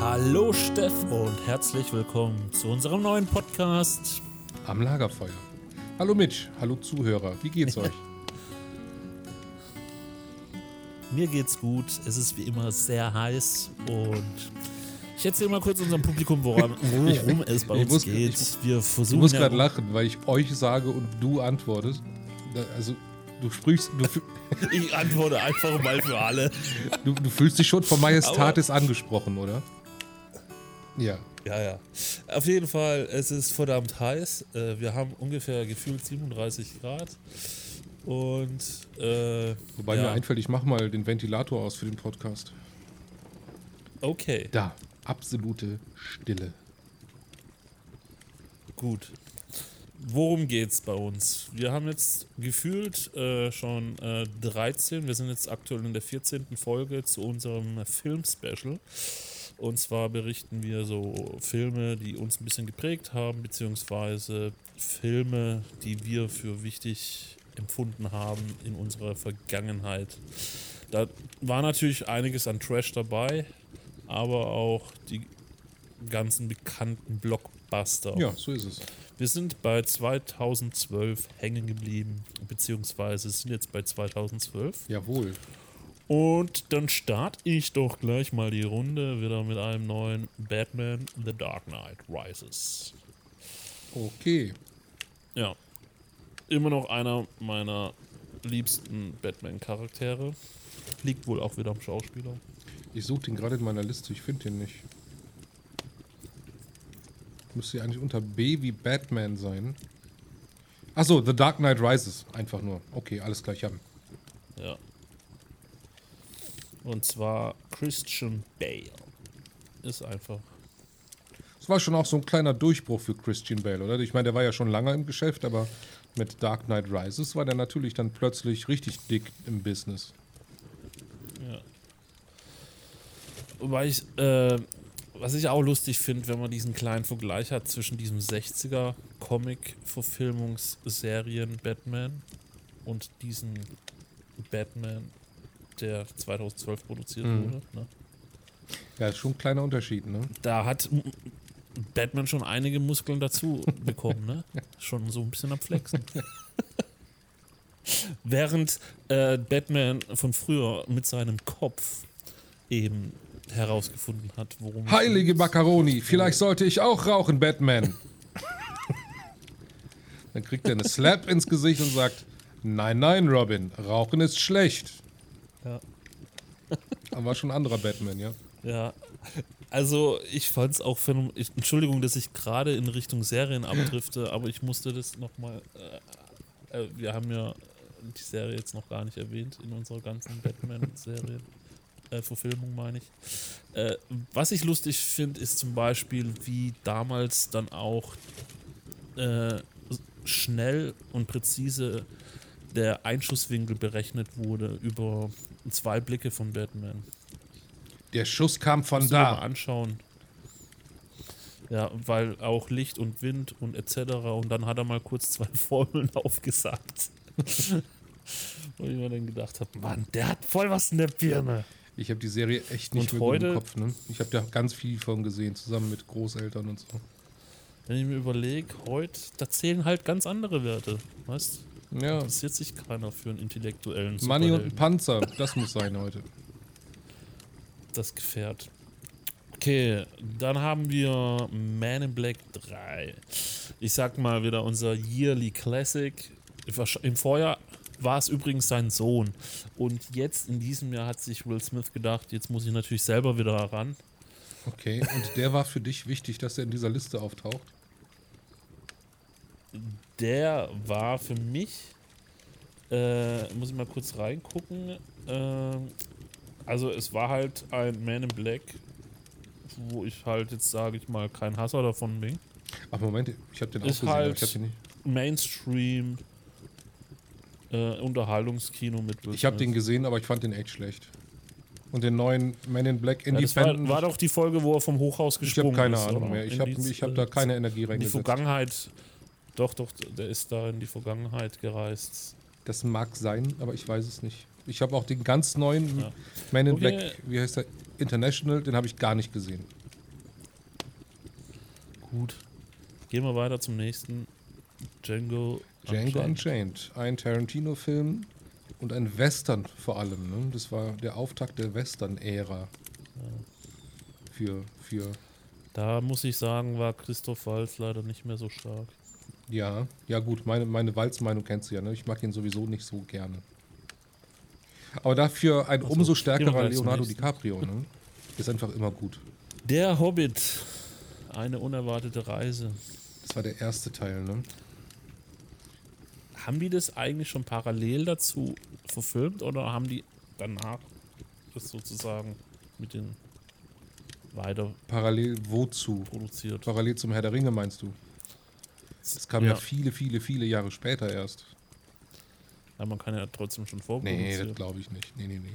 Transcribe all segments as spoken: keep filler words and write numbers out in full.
Hallo Steff und herzlich willkommen zu unserem neuen Podcast Am Lagerfeuer. Hallo Mitch, hallo Zuhörer, wie geht's euch? Mir geht's gut, es ist wie immer sehr heiß und ich erzähle mal kurz unserem Publikum, woran, worum es bei ich uns muss, geht. Ich, Wir versuchen ich muss ja gerade um- lachen, weil ich euch sage und du antwortest. Da- Also du sprichst, du, fü- Ich antworte einfach mal für alle. du, du fühlst dich schon von Majestatis angesprochen, oder? Ja. Ja, ja. Auf jeden Fall, es ist verdammt heiß. Äh, Wir haben ungefähr gefühlt siebenunddreißig Grad. Und äh, Wobei ja. mir einfällt, ich mach mal den Ventilator aus für den Podcast. Okay, Da, absolute Stille. gut. Worum geht's bei uns? Wir haben jetzt gefühlt äh, schon äh, dreizehn, wir sind jetzt aktuell in der vierzehnten Folge zu unserem Film-Special. Und zwar berichten wir so Filme, die uns ein bisschen geprägt haben, beziehungsweise Filme, die wir für wichtig empfunden haben in unserer Vergangenheit. Da war natürlich einiges an Trash dabei, aber auch die ganzen bekannten Blockbuster. Ja, so ist es. Wir sind bei zweitausendzwölf hängen geblieben, beziehungsweise sind jetzt bei zweitausendzwölf. Jawohl. Und dann starte ich doch gleich mal die Runde wieder mit einem neuen Batman The Dark Knight Rises. Okay. Ja, immer noch einer meiner liebsten Batman-Charaktere. Liegt wohl auch wieder am Schauspieler. Ich suche den gerade in meiner Liste, ich finde den nicht. Müsste ja eigentlich unter B wie Batman sein. Achso, The Dark Knight Rises. Einfach nur. Okay, alles gleich haben. Ja. Und zwar Christian Bale. Ist einfach. Das war schon auch so ein kleiner Durchbruch für Christian Bale, oder? Ich meine, der war ja schon lange im Geschäft, aber mit Dark Knight Rises war der natürlich dann plötzlich richtig dick im Business. Ja. Wobei ich, äh, was ich auch lustig finde, wenn man diesen kleinen Vergleich hat zwischen diesem sechziger Comic-Verfilmungsserien Batman und diesem Batman, der zweitausendzwölf produziert Mhm. wurde. Ne? Ja, ist schon ein kleiner Unterschied, ne? Da hat M- Batman schon einige Muskeln dazu bekommen, ne? Schon so ein bisschen am Flexen. Während äh, Batman von früher mit seinem Kopf eben herausgefunden hat, worum es Heilige geht. Macaroni, vielleicht sollte ich auch rauchen, Batman. Dann kriegt er eine Slap ins Gesicht und sagt, nein, nein, Robin, Rauchen ist schlecht. Ja. Aber war schon ein anderer Batman, ja? Ja, also ich fand es auch phänomenal. Ich, Entschuldigung, dass ich gerade in Richtung Serien abdrifte, aber ich musste das nochmal. Äh, äh, wir haben ja die Serie jetzt noch gar nicht erwähnt in unserer ganzen Batman-Serie. Äh, Verfilmung meine ich. Äh, was ich lustig finde, ist zum Beispiel, wie damals dann auch äh, schnell und präzise der Einschusswinkel berechnet wurde über zwei Blicke von Batman. Der Schuss kam von Musst du dir mal da. anschauen. Ja, weil auch Licht und Wind und et cetera. Und dann hat er mal kurz zwei Formeln aufgesagt. Wo ich mir dann gedacht habe, Mann, der hat voll was in der Birne. Ich habe die Serie echt nicht Und mehr gut im heute- Kopf, ne? Ich habe da ganz viel von gesehen, zusammen mit Großeltern und so. Wenn ich mir überlege, heute, da zählen halt ganz andere Werte. Weißt du? Ja, Interessiert sich keiner für einen intellektuellen Money und ein Superhelden. Panzer, das muss sein heute. Das Gefährt. Okay, dann haben wir Man in Black drei. Ich sag mal wieder unser Yearly Classic. Im Vorjahr war es übrigens sein Sohn. Und jetzt in diesem Jahr hat sich Will Smith gedacht, jetzt muss ich natürlich selber wieder ran. Okay, und der war für dich wichtig, dass er in dieser Liste auftaucht? Der war für mich, äh, muss ich mal kurz reingucken, äh, also es war halt ein Man in Black, wo ich halt jetzt, sage ich mal, kein Hasser davon bin. Ach Moment, ich habe den auch Ist gesehen, aber halt- ich habe den nicht. Mainstream äh, Unterhaltungskino mit Will Ich habe Smith. den gesehen, aber ich fand den echt schlecht. Und den neuen Man in Black Ja, das war, Independent, war doch die Folge, wo er vom Hochhaus ich gesprungen habe keine ist. Ahnung oder? mehr. Ich In habe die- ich hab da keine Energie in die reingesetzt. Vergangenheit. Doch, doch, der ist da in die Vergangenheit gereist. Das mag sein, aber ich weiß es nicht. Ich habe auch den ganz neuen Ja. Man in Okay. Black, wie heißt der? International, den habe ich gar nicht gesehen. Gut. Gehen wir weiter zum nächsten. Django Django Unchained. Unchained. Ein Tarantino-Film und ein Western vor allem. Ne? Das war der Auftakt der Western-Ära. Für, für, Da muss ich sagen, war Christoph Waltz leider nicht mehr so stark. ja, ja gut, meine, meine Walz-Meinung kennst du ja. Ne? Ich mag ihn sowieso nicht so gerne. Aber dafür ein Ach so, umso gehen wir stärkerer gleich zum Leonardo nächsten. DiCaprio. Ne? Ist einfach immer gut. Der Hobbit. Eine unerwartete Reise. Das war der erste Teil, ne? Haben die das eigentlich schon parallel dazu verfilmt oder haben die danach das sozusagen mit den weiter Parallel wozu? produziert? Parallel zum Herr der Ringe meinst du? Das kam ja, Ja. viele, viele, viele Jahre später erst. Ja, man kann ja trotzdem schon Nee, vorproduzieren. das glaube ich nicht. Nee, nee, nee.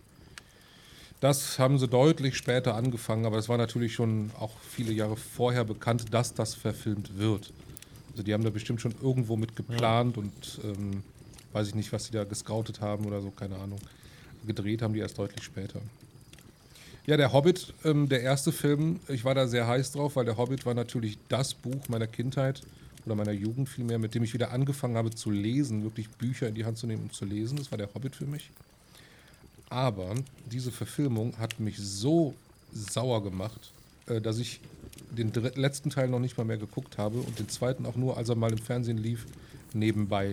Das haben sie deutlich später angefangen, aber es war natürlich schon auch viele Jahre vorher bekannt, dass das verfilmt wird. Also die haben da bestimmt schon irgendwo mit geplant und ähm, weiß ich nicht, was sie da gescoutet haben oder so, keine Ahnung. Gedreht haben die erst deutlich später. Ja, der Hobbit, ähm, der erste Film, ich war da sehr heiß drauf, weil der Hobbit war natürlich das Buch meiner Kindheit oder meiner Jugend vielmehr, mit dem ich wieder angefangen habe zu lesen, wirklich Bücher in die Hand zu nehmen und zu lesen. Das war der Hobbit für mich. Aber diese Verfilmung hat mich so sauer gemacht, äh, dass ich den dritt, letzten Teil noch nicht mal mehr geguckt habe und den zweiten auch nur, als er mal im Fernsehen lief, nebenbei.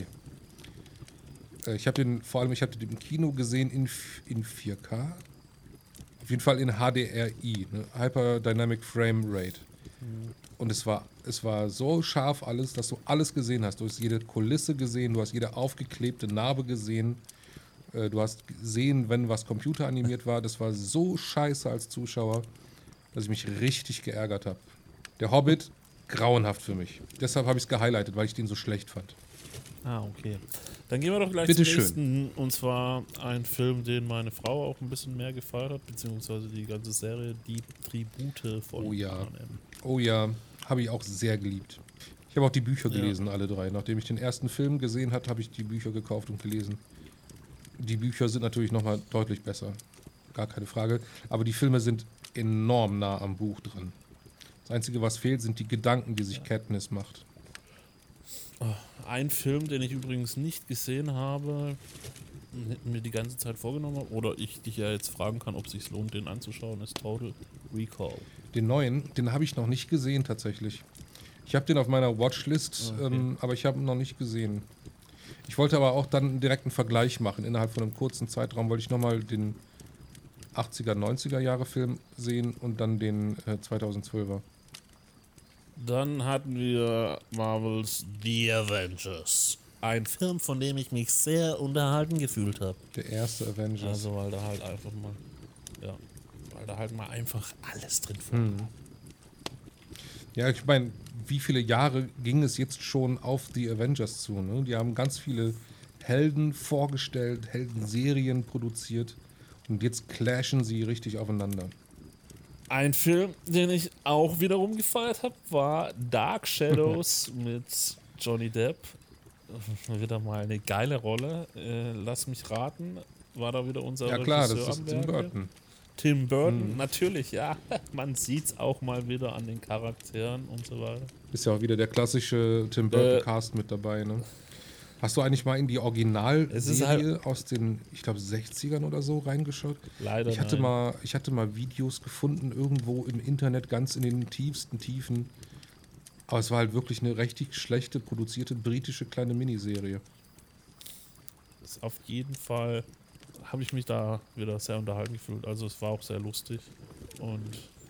Äh, ich habe den, vor allem, ich habe den im Kino gesehen in, in vier K. Auf jeden Fall in H D R I, ne? Hyper Dynamic Frame Rate. Mhm. Und es war, es war so scharf alles, dass du alles gesehen hast. Du hast jede Kulisse gesehen, du hast jede aufgeklebte Narbe gesehen. Äh, du hast gesehen, wenn was computeranimiert war. Das war so scheiße als Zuschauer, dass ich mich richtig geärgert habe. Der Hobbit, grauenhaft für mich. Deshalb habe ich es gehighlightet, weil ich den so schlecht fand. Ah, okay. Dann gehen wir doch gleich Bitte zum schön. nächsten. Und zwar ein Film, den meine Frau auch ein bisschen mehr gefeiert hat, beziehungsweise die ganze Serie, die Tribute von Oh ja. Panem. Oh ja, habe ich auch sehr geliebt. Ich habe auch die Bücher Ja. gelesen, alle drei. Nachdem ich den ersten Film gesehen habe, habe ich die Bücher gekauft und gelesen. Die Bücher sind natürlich nochmal deutlich besser. Gar keine Frage. Aber die Filme sind enorm nah am Buch dran. Das Einzige, was fehlt, sind die Gedanken, die sich Katniss macht. Ein Film, den ich übrigens nicht gesehen habe, mir die ganze Zeit vorgenommen habe, oder ich dich ja jetzt fragen kann, ob es sich lohnt, den anzuschauen, ist Total Recall. Den neuen, den habe ich noch nicht gesehen tatsächlich. Ich habe den auf meiner Watchlist, Okay. ähm, aber ich habe ihn noch nicht gesehen. Ich wollte aber auch dann einen direkten Vergleich machen. Innerhalb von einem kurzen Zeitraum wollte ich nochmal den achtziger, neunziger Jahre Film sehen und dann den äh, zweitausendzwölfer. Dann hatten wir Marvels The Avengers. Ein Film, von dem ich mich sehr unterhalten gefühlt habe. Der erste Avengers. Also, weil da halt einfach mal, ja, weil da halt mal einfach alles drin vorkam. Hm. Ja, ich meine, wie viele Jahre ging es jetzt schon auf die Avengers zu? Ne? Die haben ganz viele Helden vorgestellt, Heldenserien produziert und jetzt clashen sie richtig aufeinander. Ein Film, den ich auch wiederum gefeiert habe, war Dark Shadows mit Johnny Depp. Wieder mal eine geile Rolle. Äh, lass mich raten, war da wieder unser Ja klar, das Regisseur ist am Tim Werke? Burton. Tim Burton, natürlich, ja. Man sieht es auch mal wieder an den Charakteren und so weiter. Ist ja auch wieder der klassische Tim Äh, Burton-Cast mit dabei, ne? Hast du eigentlich mal in die Es ist Originalserie halt- aus den, ich glaube, sechzigern oder so reingeschaut? Leider Ich hatte, nein. mal, ich hatte mal Videos gefunden, irgendwo im Internet, ganz in den tiefsten Tiefen. Aber es war halt wirklich eine richtig schlechte, produzierte britische kleine Miniserie. Ist auf jeden Fall habe ich mich da wieder sehr unterhalten gefühlt. Also es war auch sehr lustig. Und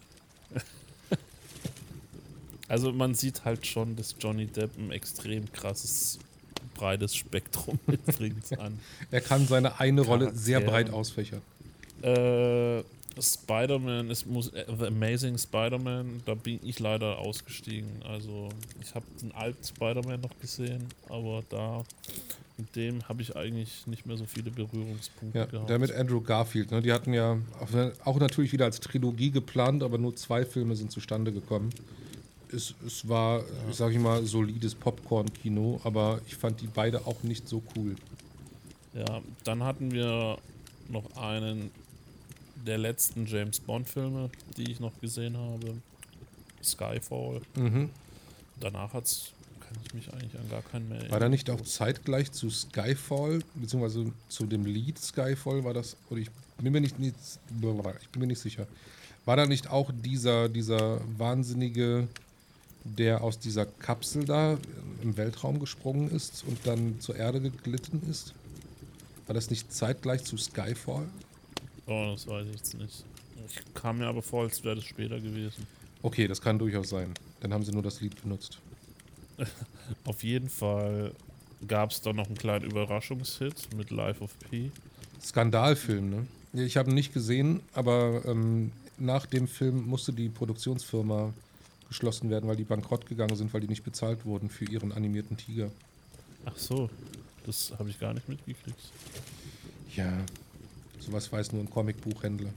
also man sieht halt schon, dass Johnny Depp ein extrem krasses, breites Spektrum mitbringt an. Er kann seine eine Rolle sehr Charakteren. breit ausfächern. Äh, Spider-Man, es muss äh, The Amazing Spider-Man, da bin ich leider ausgestiegen. Also ich habe den alten Spider-Man noch gesehen, aber da mit dem habe ich eigentlich nicht mehr so viele Berührungspunkte Ja, gehabt. der mit Andrew Garfield. Ne? Die hatten ja auch, auch natürlich wieder als Trilogie geplant, aber nur zwei Filme sind zustande gekommen. Es, es war, ich sag ich mal, solides Popcorn-Kino, aber ich fand die beide auch nicht so cool. Ja, dann hatten wir noch einen der letzten James Bond-Filme, die ich noch gesehen habe. Skyfall. Mhm. Danach hat's, kann ich mich eigentlich an gar keinen mehr erinnern. War da nicht auch zeitgleich zu Skyfall, beziehungsweise zu dem Lied Skyfall, war das, oder ich bin mir nicht, nicht ich bin mir nicht sicher. War da nicht auch dieser, dieser Wahnsinnige, der aus dieser Kapsel da im Weltraum gesprungen ist und dann zur Erde geglitten ist? War das nicht zeitgleich zu Skyfall? Oh, das weiß ich jetzt nicht. Ich kam mir aber vor, als wäre das später gewesen. Okay, das kann durchaus sein. Dann haben sie nur das Lied benutzt. Auf jeden Fall gab es da noch einen kleinen Überraschungshit mit Life of Pi. Skandalfilm, ne? Ich habe ihn nicht gesehen, aber ähm, nach dem Film musste die Produktionsfirma geschlossen werden, weil die bankrott gegangen sind, weil die nicht bezahlt wurden für ihren animierten Tiger. Ach so, das habe ich gar nicht mitgekriegt. Ja, sowas weiß nur ein Comicbuchhändler.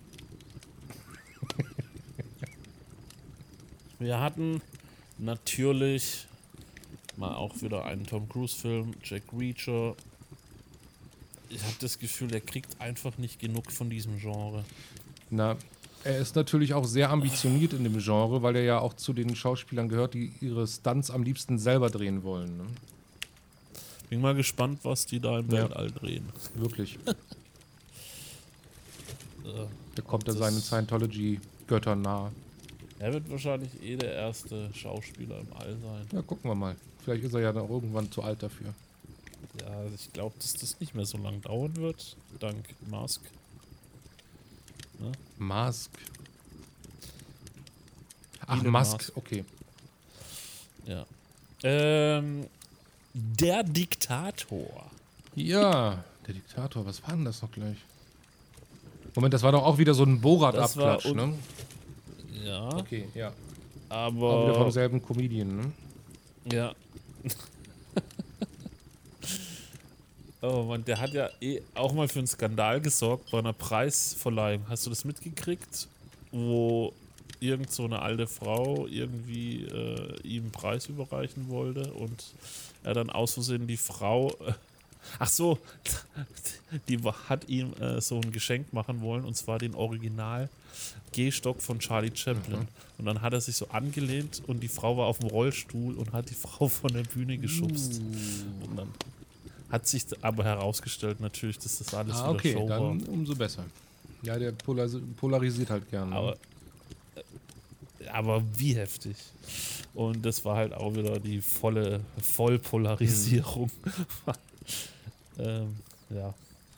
Wir hatten natürlich mal auch wieder einen Tom Cruise-Film, Jack Reacher. Ich habe das Gefühl, der kriegt einfach nicht genug von diesem Genre. Na, er ist natürlich auch sehr ambitioniert in dem Genre, weil er ja auch zu den Schauspielern gehört, die ihre Stunts am liebsten selber drehen wollen. Ne? Bin mal gespannt, was die da im Ja. Weltall drehen. Wirklich. Äh, Da kommt er Das- seinen Scientology-Göttern nahe. Er wird wahrscheinlich eh der erste Schauspieler im All sein. Ja, gucken wir mal. Vielleicht ist er ja dann irgendwann zu alt dafür. Ja, ich glaube, dass das nicht mehr so lang dauern wird, dank Musk. Mask. Ach, Elon Musk, Musk. okay. Ja. Ähm, der Diktator. Ja, der Diktator, was war denn das noch gleich? Moment, das war doch auch wieder so ein Das war Borat-Abklatsch, un- ne? Ja, Okay, ja. Auch wieder vom aber selben Comedian, ne? ja. Oh Mann, der hat ja eh auch mal für einen Skandal gesorgt bei einer Preisverleihung. Hast du das mitgekriegt? Wo irgend so eine alte Frau irgendwie äh, ihm einen Preis überreichen wollte und er dann aus Versehen die Frau. Äh, ach so, die wa- hat ihm äh, so ein Geschenk machen wollen und zwar den Original Gehstock von Charlie Chaplin. Mhm. Und dann hat er sich so angelehnt und die Frau war auf dem Rollstuhl und hat die Frau von der Bühne geschubst. Und dann hat sich aber herausgestellt natürlich, dass das alles Ah, wieder okay, Show war. dann umso besser. Ja, der polarisi polarisiert halt gerne. Aber, äh, aber wie heftig. Und das war halt auch wieder die volle Vollpolarisierung. ähm, ja.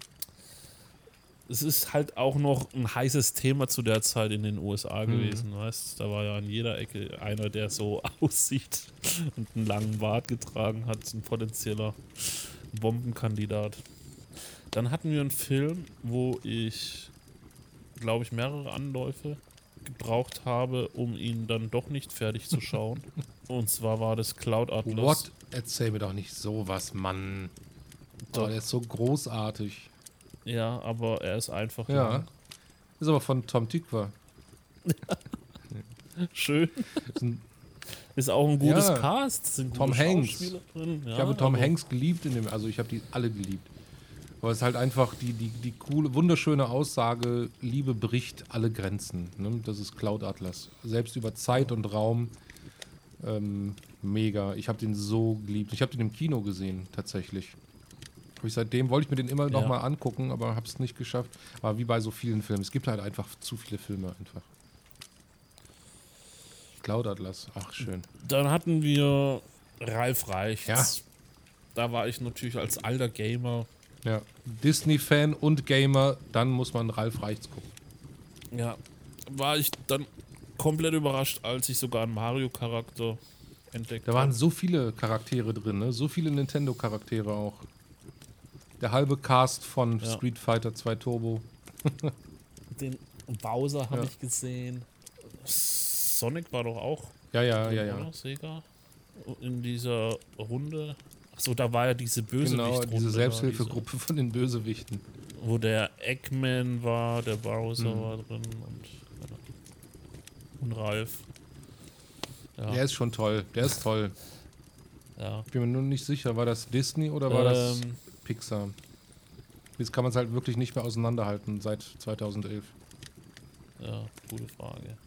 Es ist halt auch noch ein heißes Thema zu der Zeit in den U S A gewesen, weißt du? Da war ja an jeder Ecke einer, der so aussieht und einen langen Bart getragen hat, ein potenzieller Bombenkandidat. Dann hatten wir einen Film, wo ich, glaube ich, mehrere Anläufe gebraucht habe, um ihn dann doch nicht fertig zu schauen. Und zwar war das Cloud Atlas. What? Erzähl mir doch nicht sowas, Mann. Doch. Oh, der ist so großartig. Ja, aber er ist einfach Ja. lang. Ist aber von Tom Tykwer. Schön. Ist ein, Ist auch ein gutes Ja. Cast. Sind Tom gute Hanks. Schauspieler drin. Ja, ich habe Tom aber- Hanks geliebt in dem, also ich habe die alle geliebt. Aber es ist halt einfach die, die, die coole, wunderschöne Aussage, Liebe bricht alle Grenzen. Ne? Das ist Cloud Atlas. Selbst über Zeit und Raum. Ähm, mega. Ich habe den so geliebt. Ich habe den im Kino gesehen, tatsächlich. Hab ich seitdem wollte ich mir den immer noch Ja. mal angucken, aber habe es nicht geschafft. Aber wie bei so vielen Filmen. Es gibt halt einfach zu viele Filme einfach. Cloud Atlas. Ach, schön. Dann hatten wir Ralf Reichts. Ja. Da war ich natürlich als alter Gamer. Ja. Disney-Fan und Gamer, dann muss man Ralf Reichts gucken. Ja, war ich dann komplett überrascht, als ich sogar einen Mario-Charakter entdeckt Da waren habe. so viele Charaktere drin, ne? So viele Nintendo-Charaktere auch. Der halbe Cast von Ja. Street Fighter zwei Turbo. Den Bowser habe Ja. ich gesehen. Sonic war doch auch Ja, ja, drin, ja, ja. oder? Sega in dieser Runde. Achso, da war ja diese Genau, Bösewicht-Runde. diese da, Selbsthilfegruppe von den Bösewichten. diese- Wo der Eggman war, der Bowser Mhm. war drin und, und Ralf. Ja, Der ist schon toll, der ist toll. ja. Ich bin mir nur nicht sicher, war das Disney oder war das Ähm, Pixar? Jetzt kann man es halt wirklich nicht mehr auseinanderhalten seit zweitausendelf. Ja, gute Frage.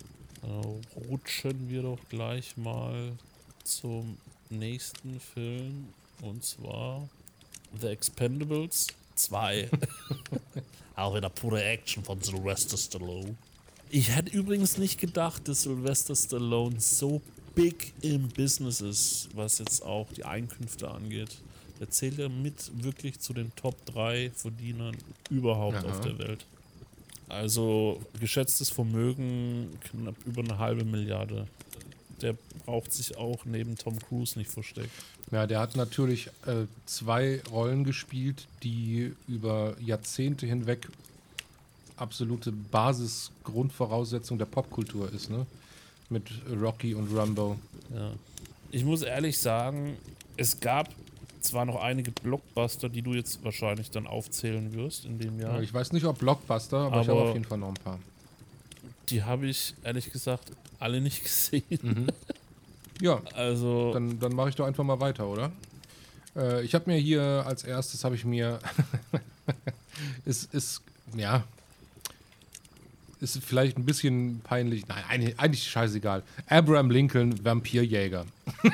äh, rutschen wir doch gleich mal zum nächsten Film. Und zwar The Expendables zwei. Auch wieder pure Action von Sylvester Stallone. Ich hätte übrigens nicht gedacht, dass Sylvester Stallone so big im Business ist, was jetzt auch die Einkünfte angeht. Der zählt ja mit wirklich zu den Top drei Verdienern überhaupt Aha. auf der Welt. Also geschätztes Vermögen knapp über eine halbe Milliarde. Der braucht sich auch neben Tom Cruise nicht verstecken. Ja, der hat natürlich äh, zwei Rollen gespielt, die über Jahrzehnte hinweg absolute Basis-Grundvoraussetzung der Popkultur ist, ne? Mit Rocky und Rambo. Ja. Ich muss ehrlich sagen, es gab zwar noch einige Blockbuster, die du jetzt wahrscheinlich dann aufzählen wirst in dem Jahr. Ja, ich weiß nicht, ob Blockbuster, aber, Aber ich habe auf jeden Fall noch ein paar. Die habe ich ehrlich gesagt alle nicht gesehen. Mhm. Ja, Also dann, dann mache ich doch einfach mal weiter, oder? Äh, ich habe mir hier als erstes, habe ich mir, ist, ist, ja, ist vielleicht ein bisschen peinlich, nein, eigentlich, eigentlich scheißegal. Abraham Lincoln, Vampirjäger.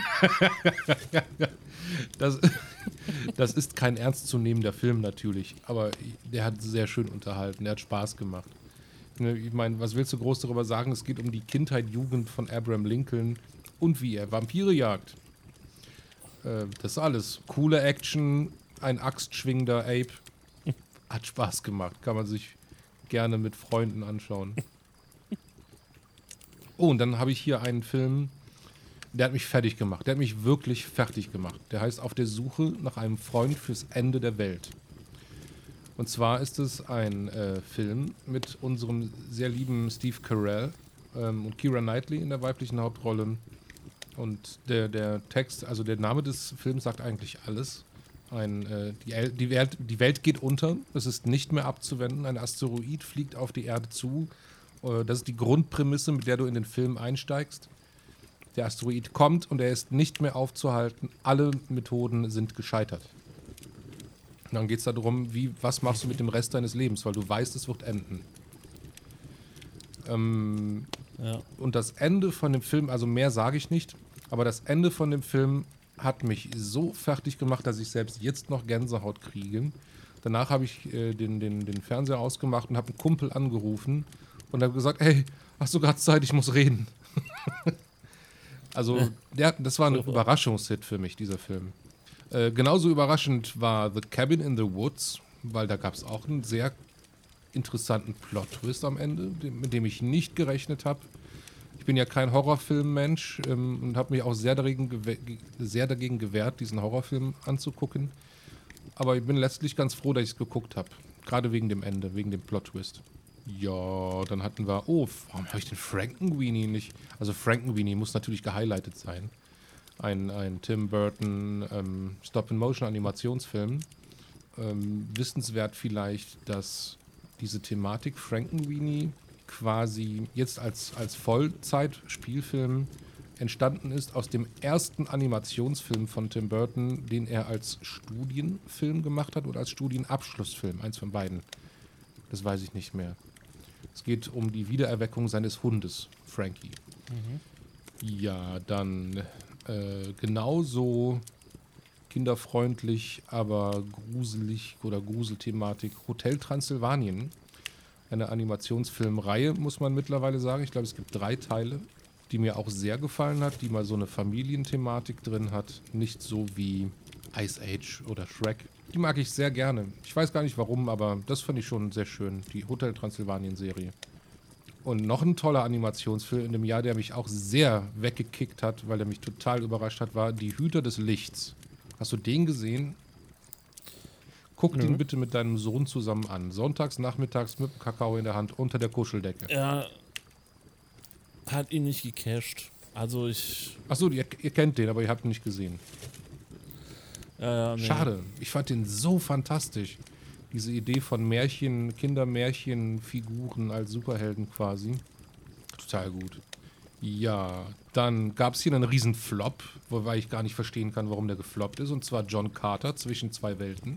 das, das ist kein ernstzunehmender Film natürlich, aber der hat sehr schön unterhalten, der hat Spaß gemacht. Ich meine, was willst du groß darüber sagen? Es geht um die Kindheit, Jugend von Abraham Lincoln und wie er Vampire jagt. Äh, das ist alles. Coole Action, ein axtschwingender Ape. Hat Spaß gemacht. Kann man sich gerne mit Freunden anschauen. Oh, und dann habe ich hier einen Film, der hat mich fertig gemacht. Der hat mich wirklich fertig gemacht. Der heißt Auf der Suche nach einem Freund fürs Ende der Welt. Und zwar ist es ein äh, Film mit unserem sehr lieben Steve Carell ähm, und Keira Knightley in der weiblichen Hauptrolle. Und der, der Text, also der Name des Films sagt eigentlich alles. Ein, äh, die, El- die, Welt, die Welt geht unter, es ist nicht mehr abzuwenden, ein Asteroid fliegt auf die Erde zu. Äh, das ist die Grundprämisse, mit der du in den Film einsteigst. Der Asteroid kommt und er ist nicht mehr aufzuhalten. Alle Methoden sind gescheitert. Und dann geht es darum, wie, was machst du mit dem Rest deines Lebens, weil du weißt, es wird enden. Ähm, ja. Und das Ende von dem Film, also mehr sage ich nicht, aber das Ende von dem Film hat mich so fertig gemacht, dass ich selbst jetzt noch Gänsehaut kriege. Danach habe ich äh, den, den, den Fernseher ausgemacht und habe einen Kumpel angerufen und habe gesagt, hey, hast du gerade Zeit, ich muss reden. Also der, das war ein Überraschungshit für mich, dieser Film. Äh, genauso überraschend war The Cabin in the Woods, weil da gab es auch einen sehr interessanten Plot-Twist am Ende, dem, mit dem ich nicht gerechnet habe. Ich bin ja kein Horrorfilm-Mensch ähm, und habe mich auch sehr dagegen, gewe- sehr dagegen gewehrt, diesen Horrorfilm anzugucken. Aber ich bin letztlich ganz froh, dass ich es geguckt habe. Gerade wegen dem Ende, wegen dem Plot-Twist. Ja, dann hatten wir, oh, warum habe ich den Frankenweenie nicht? Also Frankenweenie muss natürlich gehighlightet sein. Ein, ein Tim Burton ähm, Stop-and-Motion-Animationsfilm. Ähm, wissenswert vielleicht, dass diese Thematik Frankenweenie quasi jetzt als, als Vollzeit-Spielfilm entstanden ist aus dem ersten Animationsfilm von Tim Burton, den er als Studienfilm gemacht hat oder als Studienabschlussfilm, eins von beiden. Das weiß ich nicht mehr. Es geht um die Wiedererweckung seines Hundes, Frankie. Mhm. Ja, dann äh, genauso kinderfreundlich, aber gruselig oder Gruselthematik Hotel Transsilvanien. Eine Animationsfilmreihe, muss man mittlerweile sagen. Ich glaube, es gibt drei Teile, die mir auch sehr gefallen hat, die mal so eine Familienthematik drin hat. Nicht so wie Ice Age oder Shrek. Die mag ich sehr gerne. Ich weiß gar nicht warum, aber das fand ich schon sehr schön. Die Hotel Transsilvanien-Serie. Und noch ein toller Animationsfilm in dem Jahr, der mich auch sehr weggekickt hat, weil er mich total überrascht hat, war Die Hüter des Lichts. Hast du den gesehen? Guck Mhm. den bitte mit deinem Sohn zusammen an. Sonntags, nachmittags mit dem Kakao in der Hand unter der Kuscheldecke. Er hat ihn nicht gecasht. Also ich... Achso, ihr, ihr kennt den, aber ihr habt ihn nicht gesehen. Ja, ja, nee. Schade. Ich fand den so fantastisch. Diese Idee von Märchen, Kindermärchenfiguren als Superhelden quasi. Total gut. Ja, dann gab es hier einen riesen Flop, wobei ich gar nicht verstehen kann, warum der gefloppt ist. Und zwar John Carter, Zwischen zwei Welten.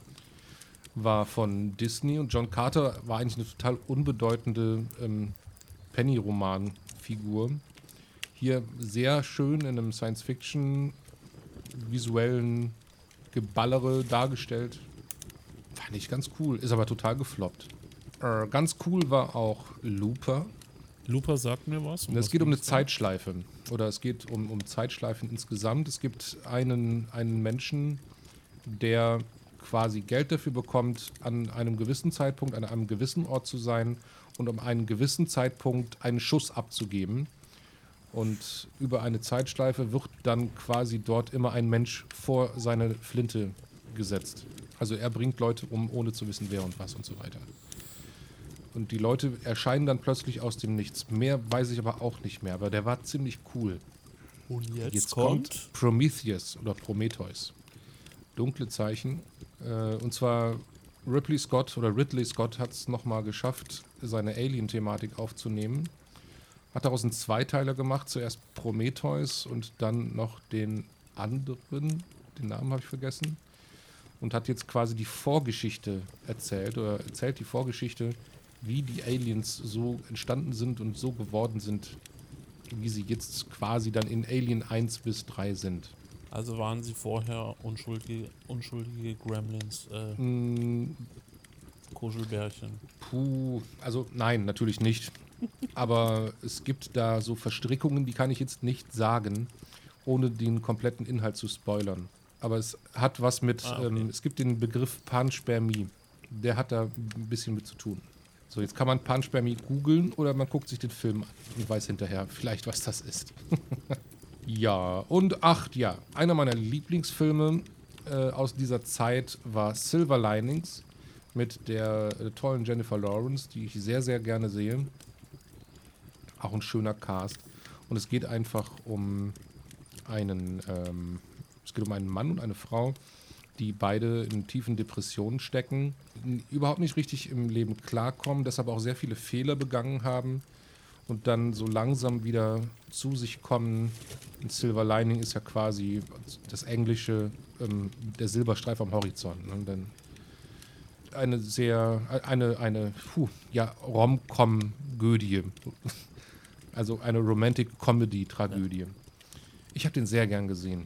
War von Disney und John Carter war eigentlich eine total unbedeutende ähm, Penny-Roman-Figur. Figur. Hier sehr schön in einem Science-Fiction visuellen Geballere dargestellt. Fand ich ganz cool, ist aber total gefloppt. Äh, ganz cool war auch Looper. Looper sagt mir was. Und es geht um eine Zeitschleife. Oder es geht um, um Zeitschleifen insgesamt. Es gibt einen, einen Menschen, der quasi Geld dafür bekommt, an einem gewissen Zeitpunkt, an einem gewissen Ort zu sein und um einen gewissen Zeitpunkt einen Schuss abzugeben. Und über eine Zeitschleife wird dann quasi dort immer ein Mensch vor seine Flinte gesetzt. Also er bringt Leute um, ohne zu wissen, wer und was und so weiter. Und die Leute erscheinen dann plötzlich aus dem Nichts. Mehr weiß ich aber auch nicht mehr, aber der war ziemlich cool. Und jetzt, Jetzt kommt, kommt Prometheus oder Prometheus. Dunkle Zeichen. Äh, und zwar Ripley Scott oder Ridley Scott hat es nochmal geschafft, seine Alien-Thematik aufzunehmen. Hat daraus einen Zweiteiler gemacht. Zuerst Prometheus und dann noch den anderen, den Namen habe ich vergessen. Und hat jetzt quasi die Vorgeschichte erzählt oder erzählt die Vorgeschichte, wie die Aliens so entstanden sind und so geworden sind, wie sie jetzt quasi dann in Alien eins bis drei sind. Also waren sie vorher unschuldige, unschuldige Gremlins, äh, Mm, Kuschelbärchen. puh, also nein, natürlich nicht. Aber es gibt da so Verstrickungen, die kann ich jetzt nicht sagen, ohne den kompletten Inhalt zu spoilern. Aber es hat was mit, Ah, okay. ähm, es gibt den Begriff Panspermie. Der hat da ein bisschen mit zu tun. So, jetzt kann man Panspermie googeln oder man guckt sich den Film an und weiß hinterher vielleicht, was das ist. Ja, und ach ja, einer meiner Lieblingsfilme äh, aus dieser Zeit war Silver Linings mit der äh, tollen Jennifer Lawrence, die ich sehr, sehr gerne sehe. Auch ein schöner Cast. Und es geht einfach um einen, ähm, es geht um einen Mann und eine Frau, die beide in tiefen Depressionen stecken, n- überhaupt nicht richtig im Leben klarkommen, deshalb auch sehr viele Fehler begangen haben und dann so langsam wieder zu sich kommen. Ein Silver Lining ist ja quasi das englische, ähm, der Silberstreif am Horizont. Ne? Dann eine sehr, eine, eine, puh, ja, Rom-Com-Gödie. Also eine Romantic-Comedy-Tragödie. Ich habe den sehr gern gesehen.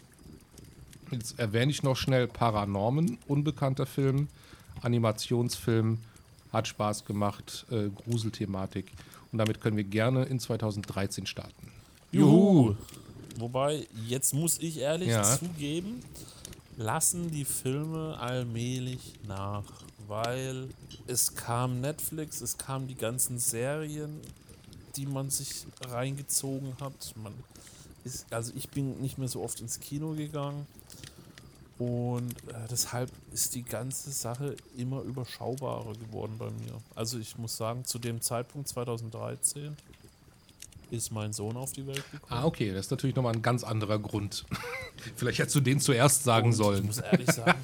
Jetzt erwähne ich noch schnell Paranorman, unbekannter Film, Animationsfilm, hat Spaß gemacht, äh, Gruselthematik. Und damit können wir gerne in zweitausenddreizehn starten. Juhu! Wobei, jetzt muss ich ehrlich Ja. zugeben, lassen die Filme allmählich nach, weil es kam Netflix, es kamen die ganzen Serien, die man sich reingezogen hat. Man ist, also ich bin nicht mehr so oft ins Kino gegangen und äh, deshalb ist die ganze Sache immer überschaubarer geworden bei mir. Also ich muss sagen, zu dem Zeitpunkt zweitausenddreizehn ist mein Sohn auf die Welt gekommen. Ah, okay, das ist natürlich nochmal ein ganz anderer Grund. Vielleicht hättest du den zuerst sagen Und sollen. ich muss ehrlich sagen,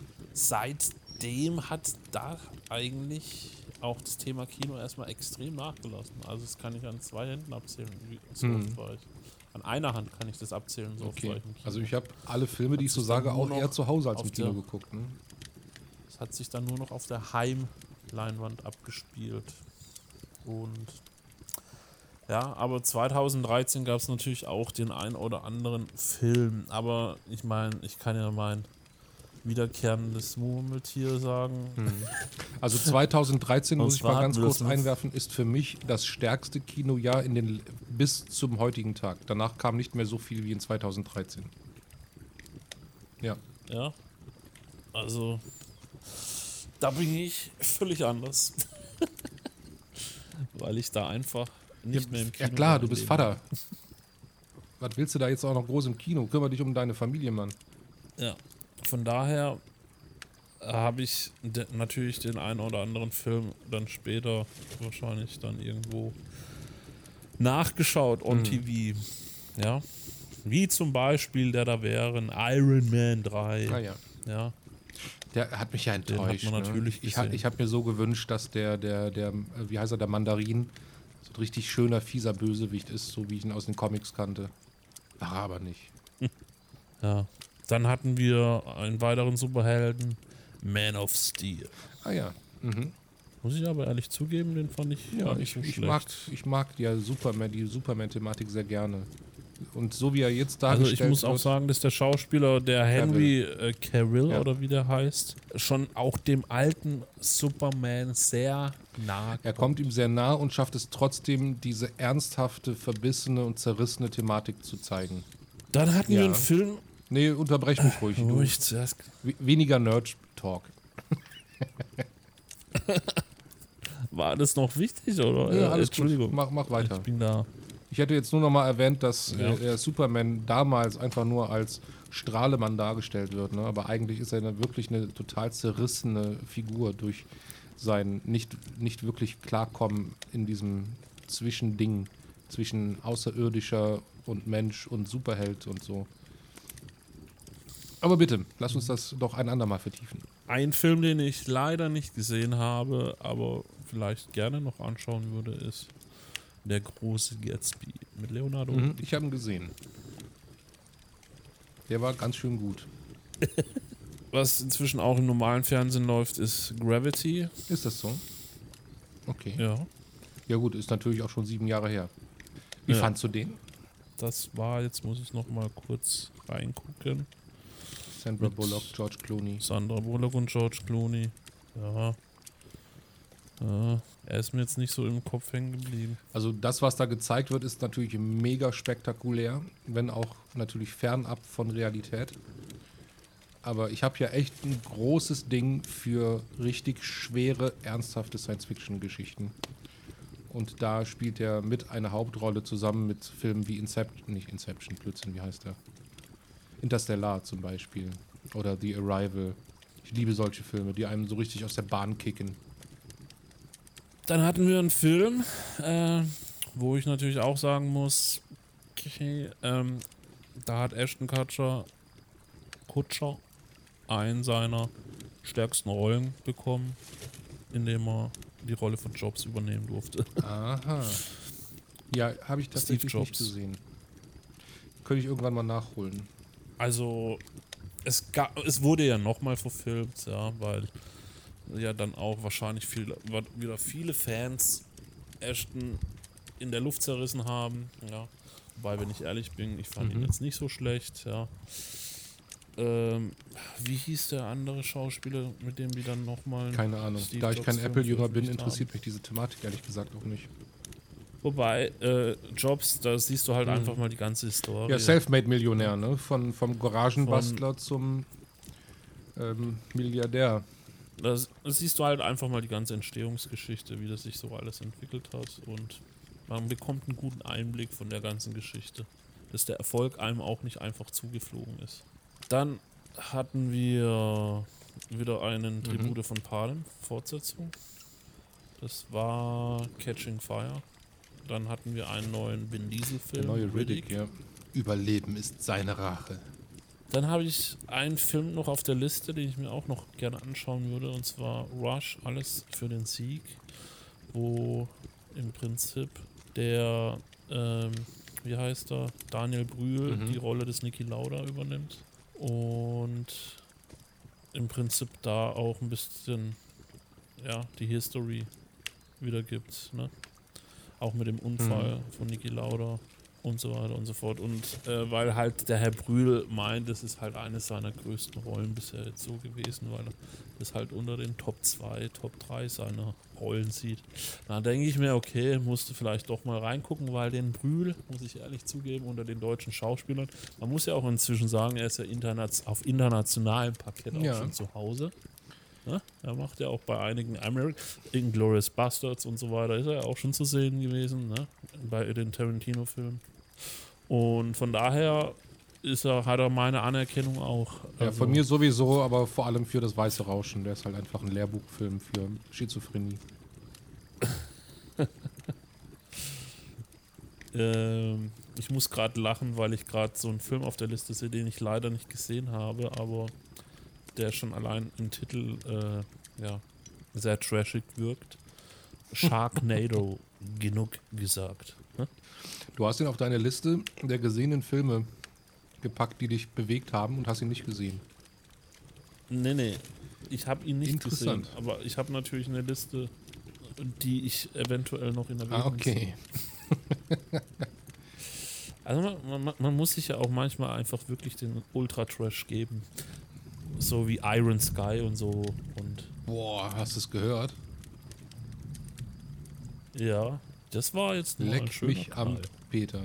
seitdem hat da eigentlich auch das Thema Kino erstmal extrem nachgelassen. Also das kann ich an zwei Händen abzählen. Wie, so Hm. oft war ich. An einer Hand kann ich das abzählen, so oft war Okay, ich im Kino. also ich habe alle Filme, die Hat ich so sich dann sage, nur auch noch eher zu Hause als auf im Kino der- geguckt. Ne? Es hat sich dann nur noch auf der Heimleinwand abgespielt. Und ja, aber zweitausenddreizehn gab es natürlich auch den ein oder anderen Film. Aber ich meine, ich kann ja mein wiederkehrendes Murmeltier sagen. Also zweitausenddreizehn, muss Sonst ich mal ganz warten wir kurz das noch. einwerfen, ist für mich das stärkste Kinojahr in den, bis zum heutigen Tag. Danach kam nicht mehr so viel wie in zweitausenddreizehn. Ja. Ja. Also, da bin ich völlig anders. Weil ich da einfach nicht mehr im Kino Ja klar, war du in bist dem Vater. Was willst du da jetzt auch noch groß im Kino? Kümmere dich um deine Familie, Mann. Ja, von daher habe ich de natürlich den einen oder anderen Film dann später wahrscheinlich dann irgendwo nachgeschaut on Mhm. T V. Ja, wie zum Beispiel der da wären Iron Man drei. Ah ja. Ja, Der hat mich ja hat enttäuscht. man natürlich ne? Ich, ha- gesehen. ich habe mir so gewünscht, dass der, der, der, äh, wie heißt er, der Mandarin, so ein richtig schöner, fieser Bösewicht ist, so wie ich ihn aus den Comics kannte. War er aber nicht. ja. Dann hatten wir einen weiteren Superhelden, Man of Steel. Ah ja. Mhm. Muss ich aber ehrlich zugeben, den fand ich Ja, gar nicht ich, so ich, schlecht. mag, ich mag die ja Superman, die Superman-Thematik sehr gerne. Und so wie er jetzt Also dargestellt ich muss auch wird, sagen, dass der Schauspieler, der Henry äh, Cavill Ja. oder wie der heißt, schon auch dem alten Superman sehr nah er kommt ihm sehr nah und schafft es trotzdem, diese ernsthafte, verbissene und zerrissene Thematik zu zeigen. Dann hatten Ja. wir einen Film, Nee, unterbrech mich ruhig. wo Du, ich zuerst... we- weniger Nerd-Talk. War das noch wichtig, oder? Ja, Äh, alles Entschuldigung. gut. Mach, mach weiter. Ich bin da. Ich hätte jetzt nur noch mal erwähnt, dass Ja. äh, Superman damals einfach nur als Strahlemann dargestellt wird. Ne? Aber eigentlich ist er eine, wirklich eine total zerrissene Figur durch sein nicht, nicht wirklich Klarkommen in diesem Zwischending zwischen Außerirdischer und Mensch und Superheld und so. Aber bitte, lass uns das doch ein andermal vertiefen. Ein Film, den ich leider nicht gesehen habe, aber vielleicht gerne noch anschauen würde, ist Der große Gatsby mit Leonardo. Mhm, ich habe ihn gesehen. Der war ganz schön gut. Was inzwischen auch im normalen Fernsehen läuft, ist Gravity. Ist das so? Okay. Ja, Ja gut, ist natürlich auch schon sieben Jahre her. Wie Ja. fandst du den? das war, jetzt muss ich noch mal kurz reingucken. Sandra Mit- Bullock, George Clooney. Sandra Bullock und George Clooney. Ja. ja. Er ist mir jetzt nicht so im Kopf hängen geblieben. Also das, was da gezeigt wird, ist natürlich mega spektakulär, wenn auch natürlich fernab von Realität. Aber ich habe ja echt ein großes Ding für richtig schwere, ernsthafte Science-Fiction-Geschichten. Und da spielt er mit eine Hauptrolle zusammen mit Filmen wie Inception, nicht Inception, Blödsinn, wie heißt der? Interstellar zum Beispiel. Oder The Arrival. Ich liebe solche Filme, die einem so richtig aus der Bahn kicken. Dann hatten wir einen Film, äh, wo ich natürlich auch sagen muss, okay, ähm, da hat Ashton Kutcher, Kutscher einen seiner stärksten Rollen bekommen, indem er die Rolle von Jobs übernehmen durfte. Aha. Ja, habe ich tatsächlich Steve nicht Jobs. gesehen. Könnte ich irgendwann mal nachholen. Also es, ga, es wurde ja nochmal verfilmt, ja, weil ja dann auch wahrscheinlich viel, wieder viele Fans Ashton in der Luft zerrissen haben. Ja. Wobei, wenn ich ehrlich bin, ich fand ihn Mhm. jetzt nicht so schlecht. Ja. Ähm, wie hieß der andere Schauspieler, mit dem die dann nochmal... Keine Ahnung. Steve da ich Jobs kein Film Apple-Jünger bin, veröffentlicht interessiert mich diese Thematik ehrlich gesagt auch nicht. Wobei, äh, Jobs, da siehst du halt Mhm. einfach mal die ganze Historie. Ja, Selfmade-Millionär, ne? Von, vom Garagenbastler zum ähm, Milliardär. Das, das siehst du halt einfach mal die ganze Entstehungsgeschichte, wie das sich so alles entwickelt hat, und man bekommt einen guten Einblick von der ganzen Geschichte, dass der Erfolg einem auch nicht einfach zugeflogen ist. Dann hatten wir wieder einen Tribute von Panem, Fortsetzung. Das war Catching Fire. Dann hatten wir einen neuen Vin Diesel-Film. Der neue Riddick, ja. Überleben ist seine Rache. Dann habe ich einen Film noch auf der Liste, den ich mir auch noch gerne anschauen würde, und zwar Rush, alles für den Sieg, wo im Prinzip der, ähm, wie heißt er, Daniel Brühl Mhm. die Rolle des Niki Lauda übernimmt und im Prinzip da auch ein bisschen, ja, die History wiedergibt, ne? Auch mit dem Unfall von Niki Lauda und so weiter und so fort. Und äh, weil halt der Herr Brühl meint, das ist halt eine seiner größten Rollen bisher jetzt so gewesen, weil er das halt unter den Top zwei, Top drei seiner Rollen sieht. Da denke ich mir, okay, musste vielleicht doch mal reingucken, weil den Brühl, muss ich ehrlich zugeben, unter den deutschen Schauspielern, man muss ja auch inzwischen sagen, er ist ja interna- auf internationalem Parkett auch Ja. schon zu Hause. Ne? Er macht ja auch bei einigen American, Inglourious Bastards und so weiter, ist er ja auch schon zu sehen gewesen, ne? Bei den Tarantino-Filmen. Und von daher ist er, hat er meine Anerkennung auch. Ja, Also, von mir sowieso, aber vor allem für das Weiße Rauschen. Der ist halt einfach ein Lehrbuchfilm für Schizophrenie. Ähm, ich muss gerade lachen, weil ich gerade so einen Film auf der Liste sehe, den ich leider nicht gesehen habe, aber der schon allein im Titel äh, ja, sehr trashig wirkt. Sharknado, genug gesagt. Ne? Du hast ihn auf deine Liste der gesehenen Filme gepackt, die dich bewegt haben, und hast ihn nicht gesehen. Nee, nee, ich habe ihn nicht gesehen, Interessant. aber ich habe natürlich eine Liste die ich eventuell noch in Erwägung Ah, okay. ziehe. Also man, man, man muss sich ja auch manchmal einfach wirklich den Ultra-Trash geben. So wie Iron Sky und so. Und Boah, hast du es gehört? ja, das war jetzt mal ein Leck schöner mich am Knall. Peter.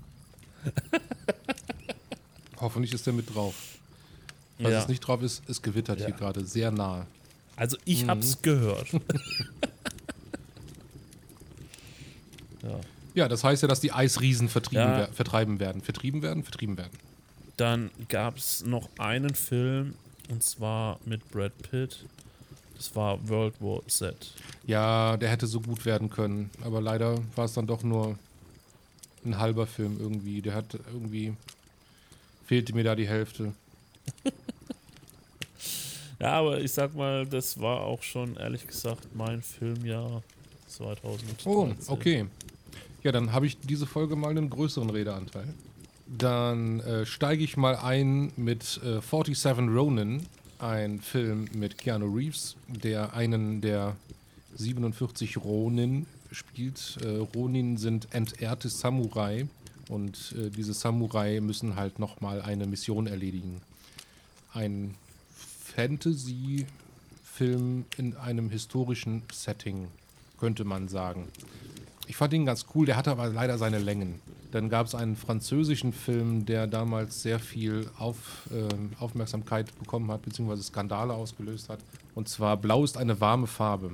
Hoffentlich ist der mit drauf. Was Ja. es nicht drauf ist, es gewittert Ja. hier gerade sehr nah. Also ich Mhm. hab's gehört. Ja. Ja, das heißt ja, dass die Eisriesen vertrieben Ja. wer vertreiben werden. Vertrieben werden? Vertrieben werden. Dann gab's noch einen Film, und zwar mit Brad Pitt. Das war World War Z. Ja, der hätte so gut werden können. Aber leider war es dann doch nur ein halber Film irgendwie. Der hat irgendwie... Fehlte mir da die Hälfte. Ja, aber ich sag mal, das war auch schon, ehrlich gesagt, mein Filmjahr zweitausenddreizehn. Oh, okay. Ja, dann habe ich diese Folge mal einen größeren Redeanteil. Dann äh, steige ich mal ein mit äh, siebenundvierzig Ronin, ein Film mit Keanu Reeves, der einen der siebenundvierzig Ronin spielt. Äh, Ronin sind entehrte Samurai und äh, diese Samurai müssen halt nochmal eine Mission erledigen. Ein Fantasy-Film in einem historischen Setting, könnte man sagen. Ich fand ihn ganz cool, der hatte aber leider seine Längen. Dann gab es einen französischen Film, der damals sehr viel auf, äh, Aufmerksamkeit bekommen hat, beziehungsweise Skandale ausgelöst hat. Und zwar Blau ist eine warme Farbe.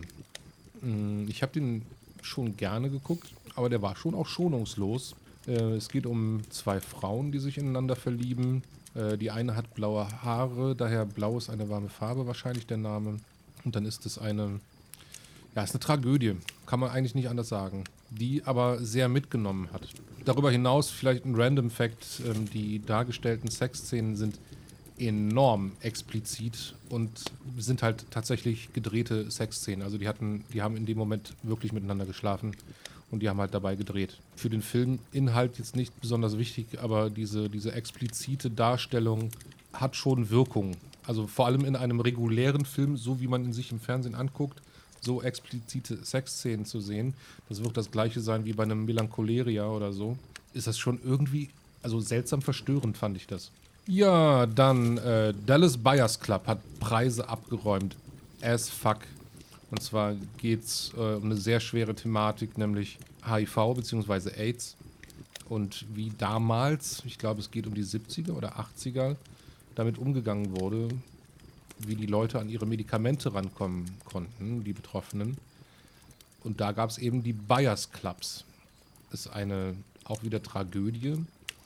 Mm, Ich habe den schon gerne geguckt, aber der war schon auch schonungslos. Äh, es geht um zwei Frauen, die sich ineinander verlieben. Äh, die eine hat blaue Haare, daher Blau ist eine warme Farbe wahrscheinlich der Name. Und dann ist es eine... Ja, ist eine Tragödie, kann man eigentlich nicht anders sagen, die aber sehr mitgenommen hat. Darüber hinaus vielleicht ein Random Fact, ähm, die dargestellten Sexszenen sind enorm explizit und sind halt tatsächlich gedrehte Sexszenen. Also die hatten, die haben in dem Moment wirklich miteinander geschlafen und die haben halt dabei gedreht. Für den Filminhalt jetzt nicht besonders wichtig, aber diese, diese explizite Darstellung hat schon Wirkung. Also vor allem in einem regulären Film, so wie man ihn sich im Fernsehen anguckt, so explizite Sexszenen zu sehen, das wird das gleiche sein wie bei einem Melancholia oder so, ist das schon irgendwie, also seltsam verstörend fand ich das. Ja, dann äh, Dallas Buyers Club hat Preise abgeräumt. As fuck. Und zwar geht's äh, um eine sehr schwere Thematik, nämlich H I V bzw. AIDS. Und wie damals, ich glaube es geht um die siebziger oder achtziger, damit umgegangen wurde, wie die Leute an ihre Medikamente rankommen konnten, die Betroffenen. Und da gab es eben die Buyers Clubs. Ist eine auch wieder Tragödie.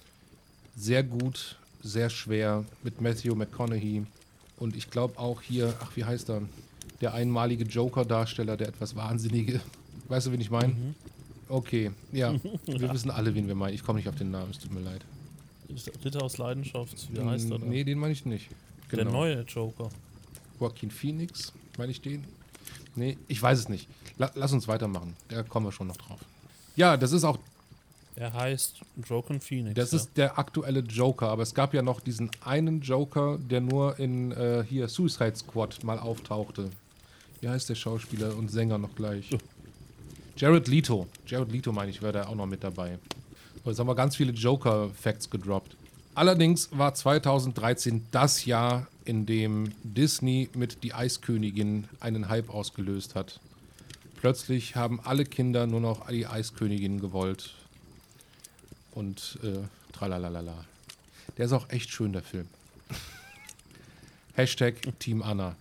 Sehr gut, sehr schwer mit Matthew McConaughey. Und ich glaube auch hier, ach wie heißt er? Der einmalige Joker-Darsteller, der etwas Wahnsinnige. Weißt du, wen ich meine? Mhm. Okay, ja. Wir wissen alle, wen wir meinen. Ich komme nicht auf den Namen, es tut mir leid. Ritter aus Leidenschaft, wie heißt er da? Nee, den meine ich nicht. Der neue Joker. Joaquin Phoenix, meine ich den? Nee, ich weiß es nicht. La lass uns weitermachen. Da kommen wir schon noch drauf. Ja, das ist auch, Er heißt Joaquin Phoenix. das ja. ist der aktuelle Joker, aber es gab ja noch diesen einen Joker, der nur in äh, hier Suicide Squad mal auftauchte. Wie heißt der Schauspieler und Sänger noch gleich? Jared Leto. Jared Leto, meine ich, wäre da auch noch mit dabei. Und jetzt haben wir ganz viele Joker-Facts gedroppt. Allerdings war zweitausenddreizehn das Jahr, in dem Disney mit Die Eiskönigin einen Hype ausgelöst hat. Plötzlich haben alle Kinder nur noch die Eiskönigin gewollt. Und äh, tralalala. Der ist auch echt schön, der Film. Hashtag Team Anna.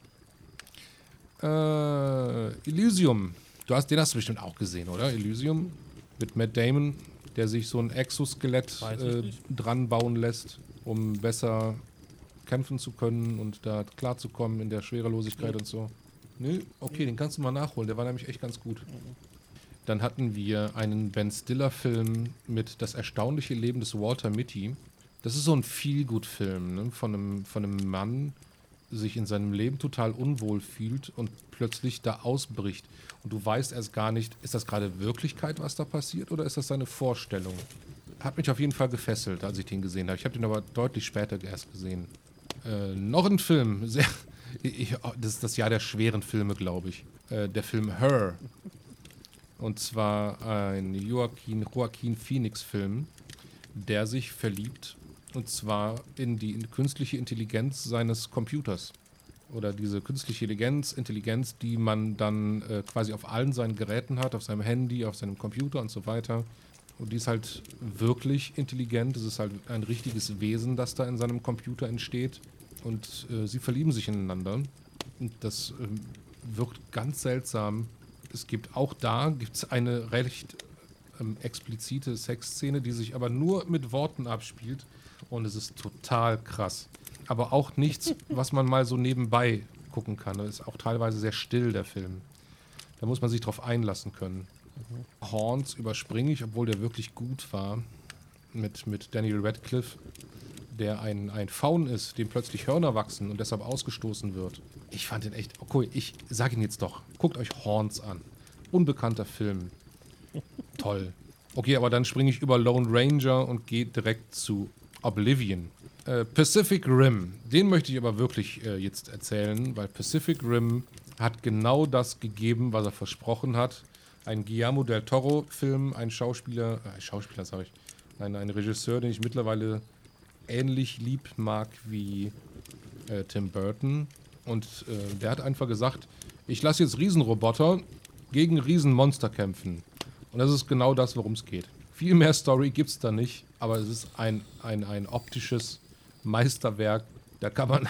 Äh, Elysium. Du hast, den hast du bestimmt auch gesehen, oder? Elysium mit Matt Damon, der sich so ein Exoskelett Weiß ich äh, nicht. dran bauen lässt, um besser kämpfen zu können und da klarzukommen in der Schwerelosigkeit Ja. und so. Nö, okay, den kannst du mal nachholen, der war nämlich echt ganz gut. Dann hatten wir einen Ben Stiller-Film mit Das erstaunliche Leben des Walter Mitty. Das ist so ein Feel-Good-Film, ne? von, einem, von einem Mann, der sich in seinem Leben total unwohl fühlt und plötzlich da ausbricht. Und du weißt erst gar nicht, ist das gerade Wirklichkeit, was da passiert, oder ist das seine Vorstellung? Hat mich auf jeden Fall gefesselt, als ich den gesehen habe. Ich habe den aber deutlich später erst gesehen. Äh, noch ein Film, sehr, ich, das ist das Jahr der schweren Filme, glaube ich. Äh, der Film Her. Und zwar ein Joaquin, Joaquin Phoenix-Film, der sich verliebt, und zwar in die in künstliche Intelligenz seines Computers. Oder diese künstliche Intelligenz, Intelligenz, die man dann äh, quasi auf allen seinen Geräten hat, auf seinem Handy, auf seinem Computer und so weiter. Und die ist halt wirklich intelligent. Es ist halt ein richtiges Wesen, das da in seinem Computer entsteht. Und äh, sie verlieben sich ineinander. Und das ähm, wirkt ganz seltsam. Es gibt auch da gibt's eine recht ähm, explizite Sexszene, die sich aber nur mit Worten abspielt. Und es ist total krass. Aber auch nichts, was man mal so nebenbei gucken kann. Es ist auch teilweise sehr still, der Film. Da muss man sich drauf einlassen können. Mhm. Horns überspringe ich, obwohl der wirklich gut war. Mit, mit Daniel Radcliffe, der ein, ein Faun ist, dem plötzlich Hörner wachsen und deshalb ausgestoßen wird. Ich fand den echt... Okay, ich sag ihn jetzt doch. Guckt euch Horns an. Unbekannter Film. Toll. Okay, aber dann springe ich über Lone Ranger und gehe direkt zu Oblivion. Äh, Pacific Rim, den möchte ich aber wirklich äh, jetzt erzählen, weil Pacific Rim hat genau das gegeben, was er versprochen hat. Ein Guillermo del Toro-Film, ein Schauspieler, äh, Schauspieler sage ich, ein, ein Regisseur, den ich mittlerweile ähnlich lieb mag wie äh, Tim Burton. Und äh, der hat einfach gesagt, ich lasse jetzt Riesenroboter gegen Riesenmonster kämpfen. Und das ist genau das, worum es geht. Viel mehr Story gibt es da nicht, aber es ist ein, ein, ein optisches Meisterwerk. Da kann man...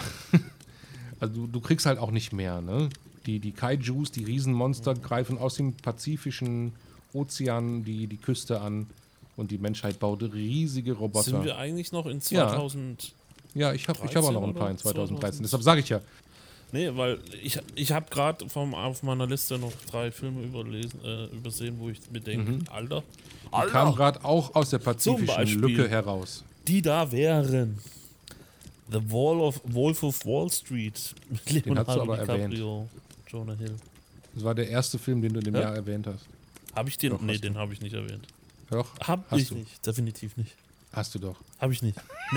also du, du kriegst halt auch nicht mehr, ne? Die, die Kaijus, die Riesenmonster, greifen aus dem Pazifischen Ozean die, die Küste an und die Menschheit baut riesige Roboter. Sind wir eigentlich noch in zweitausend? Ja, ja ich habe ich hab auch noch ein paar in zwanzig dreizehn. Deshalb sage ich ja. Nee, weil ich, ich habe gerade auf meiner Liste noch drei Filme überlesen, äh, übersehen, wo ich mir denke, mhm. Alter, Die kamen gerade auch aus der pazifischen Lücke heraus. Die da wären The Wall of, Wolf of Wall Street mit Leonardo DiCaprio, Jonah Hill. Das war der erste Film, den du in dem ja? Jahr erwähnt hast. Habe ich den? Doch, nee, den habe ich nicht erwähnt. Doch, Hab hast ich du. nicht, definitiv nicht. Hast du doch. Habe ich nicht. Nee.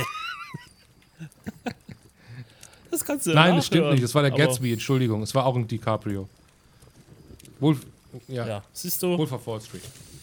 Das kannst du ja Nein, nachhören. Das stimmt nicht. Das war der Gatsby, Entschuldigung. Es war auch ein DiCaprio. Wolf, ja. ja, siehst du? Wolf of Wall Street.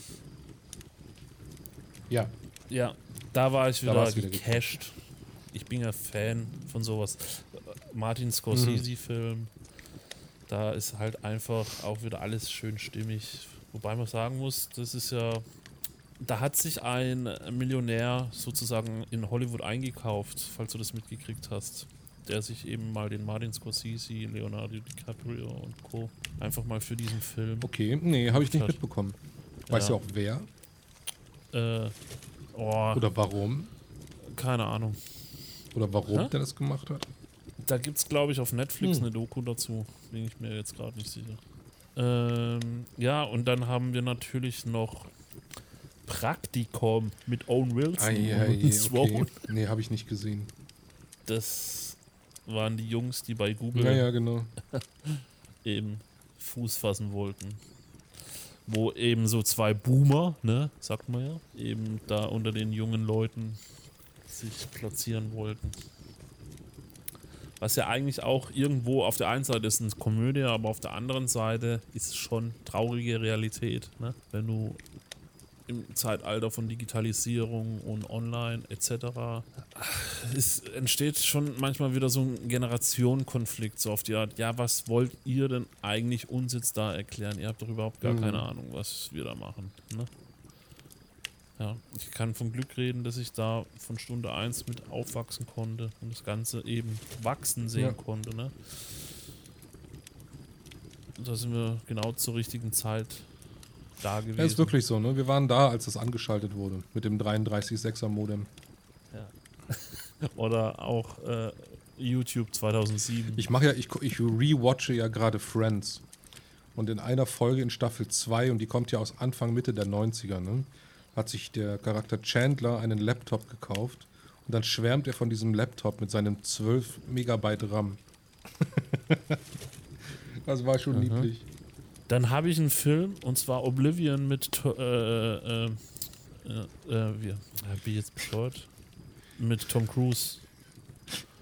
Ja. Ja, da war ich wieder, wieder gecasht. Ich bin ja Fan von sowas. Martin Scorsese-Film. Mhm. Da ist halt einfach auch wieder alles schön stimmig. Wobei man sagen muss, das ist ja... Da hat sich ein Millionär sozusagen in Hollywood eingekauft, falls du das mitgekriegt hast. Der sich eben mal den Martin Scorsese, Leonardo DiCaprio und Co. einfach mal für diesen Film... Okay, nee, habe ich nicht hat. mitbekommen. Weißt ja. du auch wer? Äh, oh, Oder warum? Keine Ahnung. Oder warum Hä? der das gemacht hat? Da gibt es, glaube ich, auf Netflix hm. eine Doku dazu. Bin ich mir jetzt gerade nicht sicher. Ähm, ja, und dann haben wir natürlich noch Praktikum mit Owen Wilson. Ai, ai, und okay. Nee, habe ich nicht gesehen. Das waren die Jungs, die bei Google ja, ja, genau. eben Fuß fassen wollten. Wo eben so zwei Boomer, ne, sagt man ja, eben da unter den jungen Leuten sich platzieren wollten. Was ja eigentlich auch irgendwo auf der einen Seite ist eine Komödie, aber auf der anderen Seite ist es schon traurige Realität, ne? Wenn du im Zeitalter von Digitalisierung und Online et cetera. Es entsteht schon manchmal wieder so ein Generationenkonflikt, so auf die Art, ja, was wollt ihr denn eigentlich uns jetzt da erklären? Ihr habt doch überhaupt gar mhm. keine Ahnung, was wir da machen. Ne? Ja, ich kann vom Glück reden, dass ich da von Stunde eins mit aufwachsen konnte und das Ganze eben wachsen sehen ja. konnte. Ne? Da sind wir genau zur richtigen Zeit da gewesen. Ja, ist wirklich so, ne? Wir waren da, als das angeschaltet wurde, mit dem dreiunddreißig Komma sechser Modem. Ja. Oder auch äh, YouTube zweitausendsieben. Ich mache ja, ich, ich rewatche ja gerade Friends. Und in einer Folge in Staffel zwei, und die kommt ja aus Anfang, Mitte der neunziger, ne, hat sich der Charakter Chandler einen Laptop gekauft. Und dann schwärmt er von diesem Laptop mit seinem zwölf Megabyte RAM. Das war schon mhm. lieblich. Dann habe ich einen Film, und zwar Oblivion mit äh, äh, äh, äh, wie, wie jetzt bescheuert? Mit Tom Cruise.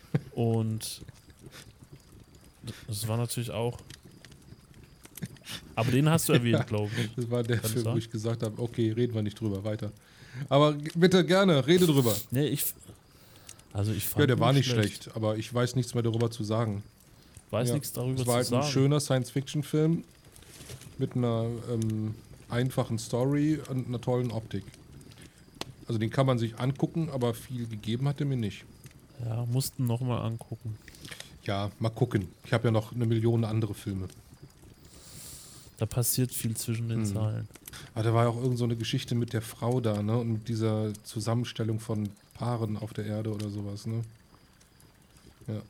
Und das war natürlich auch Aber den hast du erwähnt, glaube ich. Das war der Kann Film, das wo ich gesagt habe, okay, reden wir nicht drüber, weiter. Aber g- bitte gerne, rede drüber. Nee, ich. Also ich fand Ja, der ihn war nicht schlecht. aber ich weiß nichts mehr darüber zu sagen. Weiß Ja, nichts darüber es war zu halt ein sagen. schöner Science-Fiction-Film mit einer ähm, einfachen Story und einer tollen Optik. Also den kann man sich angucken, aber viel gegeben hat er mir nicht. Ja, mussten nochmal angucken. Ja, mal gucken. Ich habe ja noch eine Million andere Filme. Da passiert viel zwischen den Mhm. Zeilen. Aber da war ja auch irgend so eine Geschichte mit der Frau da, ne? Und mit dieser Zusammenstellung von Paaren auf der Erde oder sowas, ne? Ja.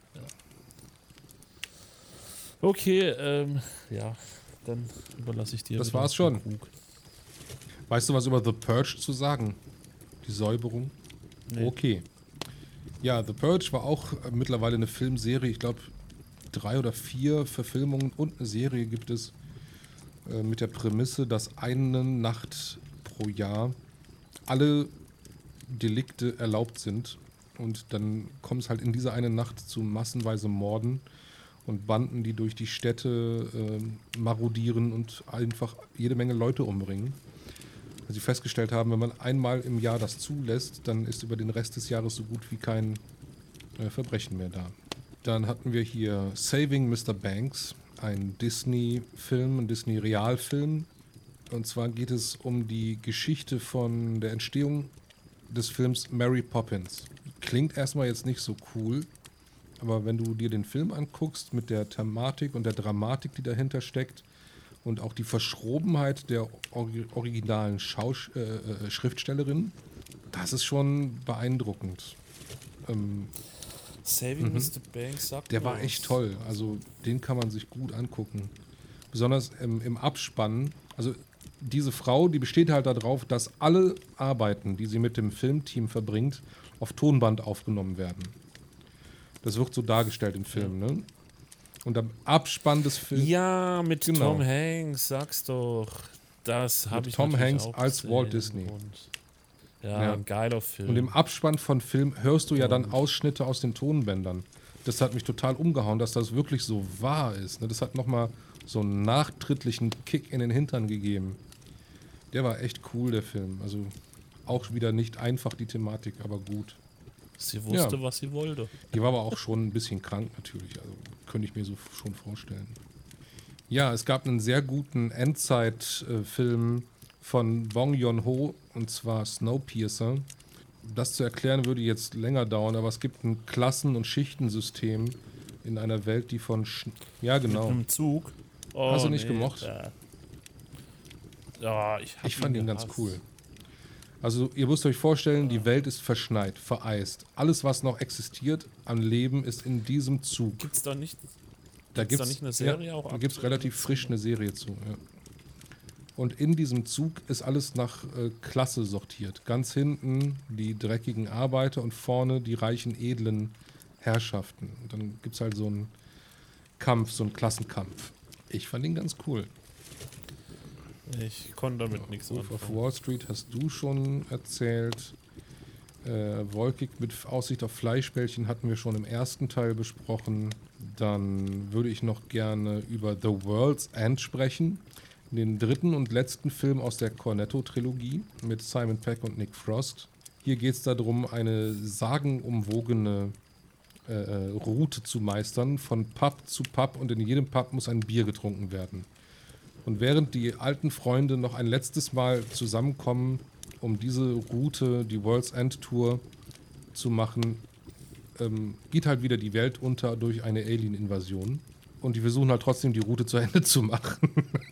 Okay, ähm, ja, dann überlasse ich dir. Das wieder war's den schon. Krug. Weißt du was über The Purge zu sagen? Die Säuberung? Nee. Okay. Ja, The Purge war auch äh, mittlerweile eine Filmserie. Ich glaube, drei oder vier Verfilmungen und eine Serie gibt es äh, mit der Prämisse, dass eine Nacht pro Jahr alle Delikte erlaubt sind. Und dann kommt es halt in dieser eine Nacht zu massenweise Morden und Banden, die durch die Städte äh, marodieren und einfach jede Menge Leute umbringen. Weil sie festgestellt haben, wenn man einmal im Jahr das zulässt, dann ist über den Rest des Jahres so gut wie kein äh, Verbrechen mehr da. Dann hatten wir hier Saving Mister Banks, ein Disney-Film, ein Disney-Realfilm. Und zwar geht es um die Geschichte von der Entstehung des Films Mary Poppins. Klingt erstmal jetzt nicht so cool, aber wenn du dir den Film anguckst mit der Thematik und der Dramatik, die dahinter steckt und auch die Verschrobenheit der ori- originalen Schaus äh, äh, Schriftstellerin, das ist schon beeindruckend. Ähm, Saving Mhm. Mister Banks sagt der mir war was. echt toll, also den kann man sich gut angucken. Besonders im, im Abspann, also diese Frau, die besteht halt darauf, dass alle Arbeiten, die sie mit dem Filmteam verbringt, auf Tonband aufgenommen werden. Das wird so dargestellt im Film, ne? Und am Abspann des Films Ja, mit Genau. Tom Hanks, sag's doch. Das habe Mit ich Tom natürlich Hanks auch als gesehen. Walt Disney. Und, ja, Ja. ein geiler Film. und im Abspann von Film hörst du ja dann Und- Ausschnitte aus den Tonbändern. Das hat mich total umgehauen, dass das wirklich so wahr ist. Ne? Das hat nochmal so einen nachtrittlichen Kick in den Hintern gegeben. Der war echt cool, der Film. Also auch wieder nicht einfach die Thematik, aber gut. Sie wusste, Ja. was sie wollte. Die war aber auch schon ein bisschen krank natürlich, also könnte ich mir so schon vorstellen. Ja, es gab einen sehr guten Endzeit-Film von Bong Joon-ho, und zwar Snowpiercer. Das zu erklären würde jetzt länger dauern, aber es gibt ein Klassen- und Schichtensystem in einer Welt, die von... Sch ja, genau. Mit einem Zug. Oh, Hast du nicht gemocht? da- Ja, ich, hab Ich fand ihn ganz gehasst. cool. Also ihr müsst euch vorstellen, die Welt ist verschneit, vereist. Alles, was noch existiert an Leben, ist in diesem Zug. Gibt's da nicht? Da Gibt's gibt da es nicht eine Serie ja, auch da gibt's aktuell relativ dazu? frisch eine Serie zu. Ja. Und in diesem Zug ist alles nach äh, Klasse sortiert. Ganz hinten die dreckigen Arbeiter und vorne die reichen, edlen Herrschaften. Und dann gibt es halt so einen Kampf, so einen Klassenkampf. Ich fand ihn ganz cool. Ich konnte damit nichts Wolf of anfangen. Wall Street hast du schon erzählt. Äh, Wolkig mit Aussicht auf Fleischbällchen hatten wir schon im ersten Teil besprochen. Dann würde ich noch gerne über The World's End sprechen. Den dritten und letzten Film aus der Cornetto-Trilogie mit Simon Pegg und Nick Frost. Hier geht es darum, eine sagenumwogene äh, äh, Route zu meistern, von Pub zu Pub, und in jedem Pub muss ein Bier getrunken werden. Und während die alten Freunde noch ein letztes Mal zusammenkommen, um diese Route, die World's End Tour zu machen, ähm, geht halt wieder die Welt unter durch eine Alien-Invasion. Und die versuchen halt trotzdem die Route zu Ende zu machen.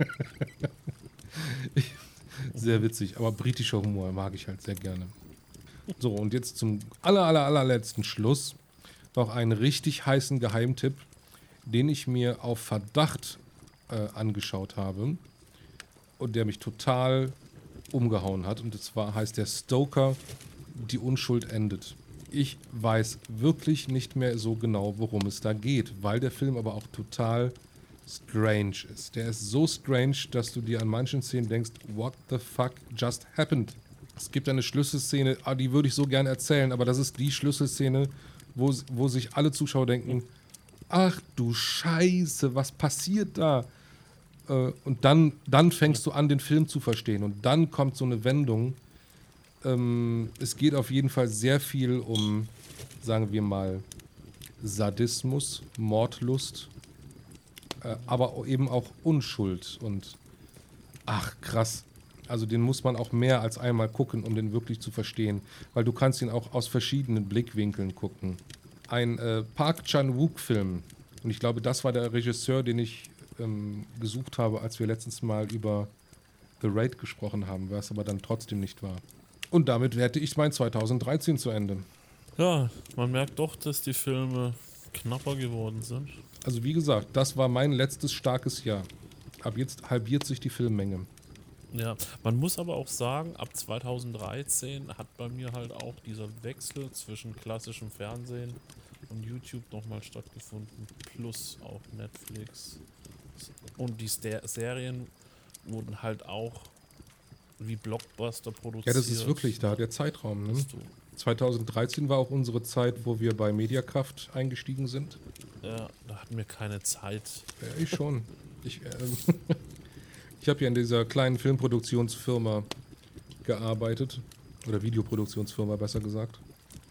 Ich- sehr witzig, aber britischer Humor mag ich halt sehr gerne. So, und jetzt zum aller, aller, allerletzten Schluss noch einen richtig heißen Geheimtipp, den ich mir auf Verdacht äh, angeschaut habe und der mich total umgehauen hat. Und zwar heißt der Stoker, die Unschuld endet. Ich weiß wirklich nicht mehr so genau, worum es da geht, weil der Film aber auch total strange ist. Der ist so strange, dass du dir an manchen Szenen denkst, what the fuck just happened? Es gibt eine Schlüsselszene, ah, die würde ich so gerne erzählen, aber das ist die Schlüsselszene, wo, wo sich alle Zuschauer denken, ach du Scheiße, was passiert da? Äh, und dann, dann fängst du an, den Film zu verstehen. Und dann kommt so eine Wendung. Ähm, es geht auf jeden Fall sehr viel um, sagen wir mal, Sadismus, Mordlust, äh, aber eben auch Unschuld. Und ach, krass. Also den muss man auch mehr als einmal gucken, um den wirklich zu verstehen. Weil du kannst ihn auch aus verschiedenen Blickwinkeln gucken. Ein äh, Park Chan-wook-Film. Und ich glaube, das war der Regisseur, den ich ähm, gesucht habe, als wir letztens mal über The Raid gesprochen haben, was aber dann trotzdem nicht war. Und damit werte ich mein zweitausenddreizehn zu Ende. Ja, man merkt doch, dass die Filme knapper geworden sind. Also wie gesagt, das war mein letztes starkes Jahr. Ab jetzt halbiert sich die Filmmenge. Ja, man muss aber auch sagen, ab zweitausenddreizehn hat bei mir halt auch dieser Wechsel zwischen klassischem Fernsehen und YouTube nochmal stattgefunden, plus auch Netflix. Und die Ster- Serien wurden halt auch wie Blockbuster produziert. Ja, das ist wirklich da, der Zeitraum. Ne? zweitausenddreizehn war auch unsere Zeit, wo wir bei Mediakraft eingestiegen sind. Ja, da hatten wir keine Zeit. Ja, ich schon. Ich, äh, ich habe ja in dieser kleinen Filmproduktionsfirma gearbeitet. Oder Videoproduktionsfirma, besser gesagt.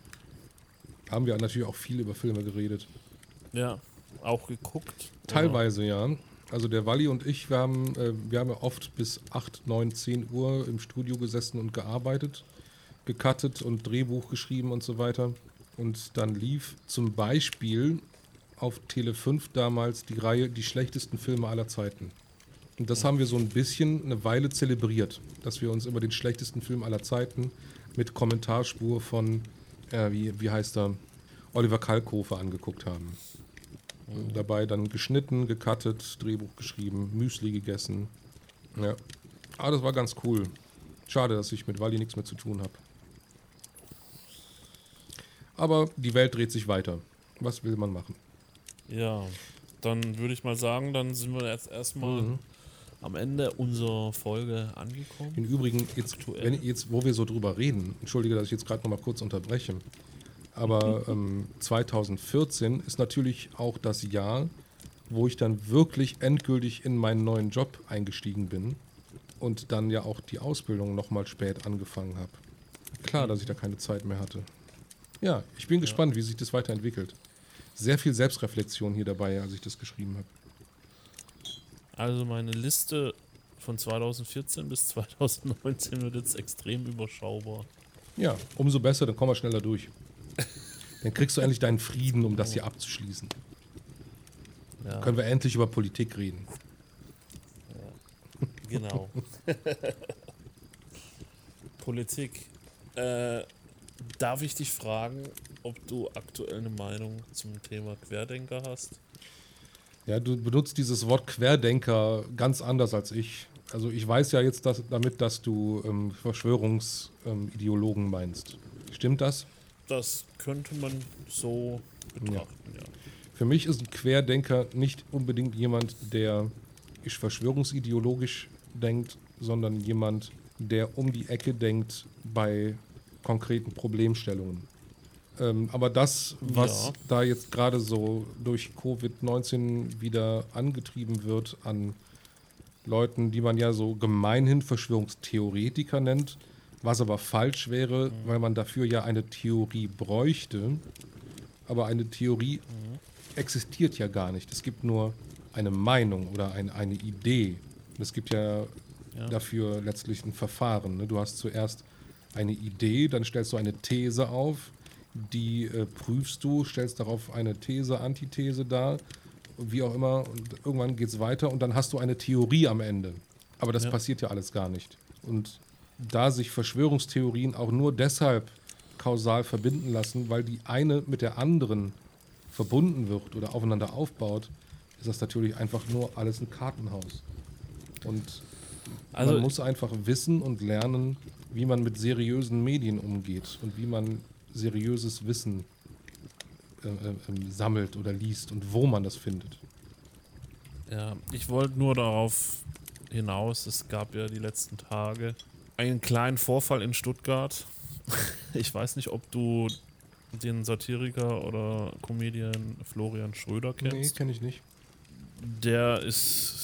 Haben wir natürlich auch viel über Filme geredet. Ja, auch geguckt. Teilweise, ja. Also der Walli und ich, wir haben, äh, wir haben ja oft bis acht, neun, zehn Uhr im Studio gesessen und gearbeitet, gecuttet und Drehbuch geschrieben und so weiter. Und dann lief zum Beispiel auf Tele fünf damals die Reihe Die schlechtesten Filme aller Zeiten. Und das haben wir so ein bisschen eine Weile zelebriert, dass wir uns immer den schlechtesten Film aller Zeiten mit Kommentarspur von, äh, wie, wie heißt er, Oliver Kalkofe angeguckt haben. Mhm. Dabei dann geschnitten, gecuttet, Drehbuch geschrieben, Müsli gegessen. Ja. Aber das war ganz cool. Schade, dass ich mit Walli nichts mehr zu tun habe. Aber die Welt dreht sich weiter. Was will man machen? Ja, dann würde ich mal sagen, dann sind wir jetzt erstmal mhm. am Ende unserer Folge angekommen. Im Übrigen, jetzt, wenn, jetzt wo wir so drüber reden, entschuldige, dass ich jetzt gerade noch mal kurz unterbreche, aber ähm, zweitausendvierzehn ist natürlich auch das Jahr, wo ich dann wirklich endgültig in meinen neuen Job eingestiegen bin und dann ja auch die Ausbildung noch mal spät angefangen habe. Klar, dass ich da keine Zeit mehr hatte. Ja, ich bin ja. gespannt, wie sich das weiterentwickelt. Sehr viel Selbstreflexion hier dabei, als ich das geschrieben habe. Also meine Liste von zweitausendvierzehn bis zweitausendneunzehn wird jetzt extrem überschaubar. Ja, umso besser, dann kommen wir schneller durch. Dann kriegst du endlich deinen Frieden, um das hier abzuschließen. Ja. Dann können wir endlich über Politik reden. Ja, genau. Politik. Äh, darf ich dich fragen, ob du aktuell eine Meinung zum Thema Querdenker hast? Ja, du benutzt dieses Wort Querdenker ganz anders als ich. Also ich weiß ja jetzt dass, damit, dass du ähm, Verschwörungsideologen ähm, meinst. Stimmt das? Das könnte man so betrachten, ja. ja. Für mich ist ein Querdenker nicht unbedingt jemand, der verschwörungsideologisch denkt, sondern jemand, der um die Ecke denkt bei konkreten Problemstellungen. Ähm, aber das, was ja. da jetzt gerade so durch Covid neunzehn wieder angetrieben wird an Leuten, die man ja so gemeinhin Verschwörungstheoretiker nennt, was aber falsch wäre, mhm. weil man dafür ja eine Theorie bräuchte. Aber eine Theorie mhm. existiert ja gar nicht. Es gibt nur eine Meinung oder ein, eine Idee. Und es gibt ja, ja dafür letztlich ein Verfahren. Ne? Du hast zuerst eine Idee, dann stellst du eine These auf, die äh, prüfst du, stellst darauf eine These, Antithese dar, wie auch immer, und irgendwann geht es weiter und dann hast du eine Theorie am Ende. Aber das ja. passiert ja alles gar nicht. Und da sich Verschwörungstheorien auch nur deshalb kausal verbinden lassen, weil die eine mit der anderen verbunden wird oder aufeinander aufbaut, ist das natürlich einfach nur alles ein Kartenhaus. Und also man muss einfach wissen und lernen, wie man mit seriösen Medien umgeht und wie man seriöses Wissen äh, äh, sammelt oder liest und wo man das findet. Ja, ich wollte nur darauf hinaus, es gab ja die letzten Tage einen kleinen Vorfall in Stuttgart. Ich weiß nicht, ob du den Satiriker oder Comedian Florian Schröder kennst. Nee, kenne ich nicht. Der ist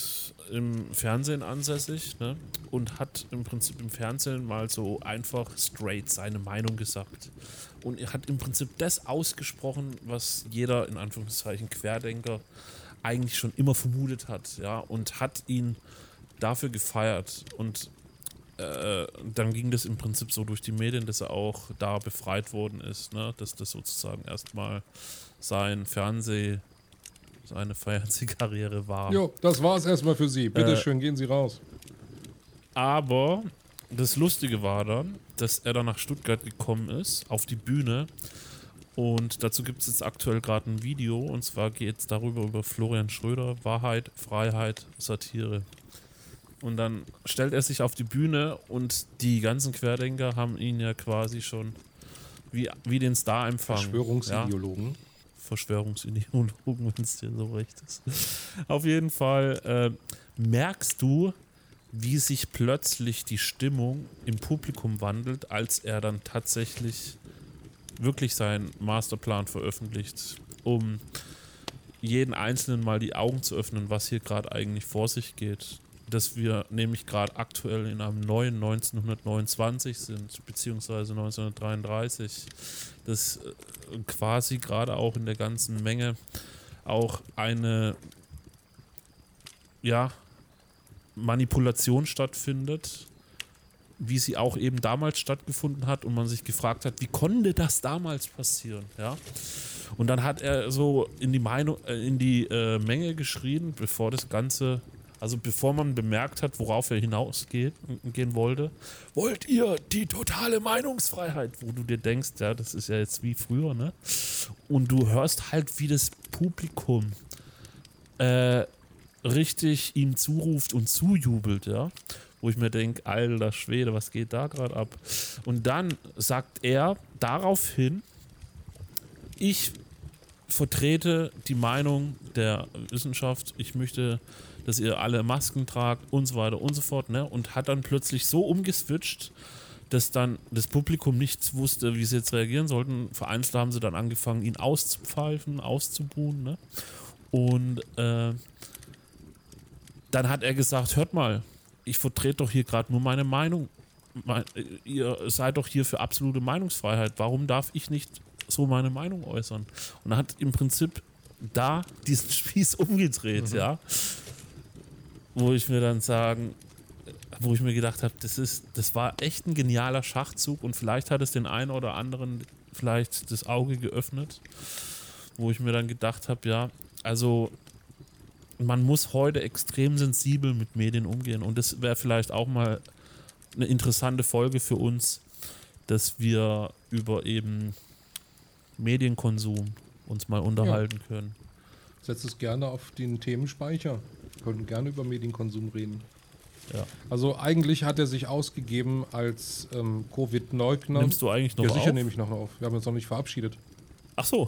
im Fernsehen ansässig, ne? Und hat im Prinzip im Fernsehen mal so einfach straight seine Meinung gesagt. Und er hat im Prinzip das ausgesprochen, was jeder in Anführungszeichen Querdenker eigentlich schon immer vermutet hat, ja, und hat ihn dafür gefeiert. Und äh, dann ging das im Prinzip so durch die Medien, dass er auch da befreit worden ist, ne? Dass das sozusagen erstmal sein Fernseh, seine Fernsehkarriere war. Jo, das war's erstmal für Sie. Bitte Äh, schön, gehen Sie raus. Aber das Lustige war dann, dass er dann nach Stuttgart gekommen ist, auf die Bühne. Und dazu gibt es jetzt aktuell gerade ein Video. Und zwar geht es darüber, über Florian Schröder, Wahrheit, Freiheit, Satire. Und dann stellt er sich auf die Bühne und die ganzen Querdenker haben ihn ja quasi schon wie, wie den Star empfangen. Verschwörungsideologen. Ja? Verschwörungsideologen, wenn es dir so recht ist. Auf jeden Fall äh, merkst du, wie sich plötzlich die Stimmung im Publikum wandelt, als er dann tatsächlich wirklich seinen Masterplan veröffentlicht, um jeden Einzelnen mal die Augen zu öffnen, was hier gerade eigentlich vor sich geht. Dass wir nämlich gerade aktuell in einem neuen neunzehnhundertneunundzwanzig sind, beziehungsweise neunzehnhundertdreiunddreißig. Dass äh, quasi gerade auch in der ganzen Menge auch eine, ja, Manipulation stattfindet, wie sie auch eben damals stattgefunden hat und man sich gefragt hat, wie konnte das damals passieren, ja? Und dann hat er so in die Meinung, äh, in die äh, Menge geschrien, bevor das Ganze, also bevor man bemerkt hat, worauf er hinausgehen gehen wollte, wollt ihr die totale Meinungsfreiheit, wo du dir denkst, ja, das ist ja jetzt wie früher, ne? Und du hörst halt, wie das Publikum äh, richtig ihm zuruft und zujubelt, ja, wo ich mir denke, alter Schwede, was geht da gerade ab? Und dann sagt er daraufhin, ich vertrete die Meinung der Wissenschaft, ich möchte, dass ihr alle Masken tragt und so weiter und so fort, ne? Und hat dann plötzlich so umgeswitcht, dass dann das Publikum nicht wusste, wie sie jetzt reagieren sollten. Vereinzelt haben sie dann angefangen, ihn auszupfeifen, auszubuhen, ne? Und äh, dann hat er gesagt, hört mal, ich vertrete doch hier gerade nur meine Meinung. Mein, ihr seid doch hier für absolute Meinungsfreiheit. Warum darf ich nicht so meine Meinung äußern? Und er hat im Prinzip da diesen Spieß umgedreht, mhm. ja. Wo ich mir dann sagen, wo ich mir gedacht habe, das ist, das war echt ein genialer Schachzug und vielleicht hat es den einen oder anderen vielleicht das Auge geöffnet, wo ich mir dann gedacht habe, ja, also man muss heute extrem sensibel mit Medien umgehen und das wäre vielleicht auch mal eine interessante Folge für uns, dass wir über eben Medienkonsum uns mal unterhalten ja. können. Setzt es gerne auf den Themenspeicher. Wir können gerne über Medienkonsum reden. Ja. Also eigentlich hat er sich ausgegeben als ähm, Covid-Leugner. Nimmst du eigentlich noch ja, auf? Ja, sicher nehme ich noch auf. Wir haben uns noch nicht verabschiedet. Ach so.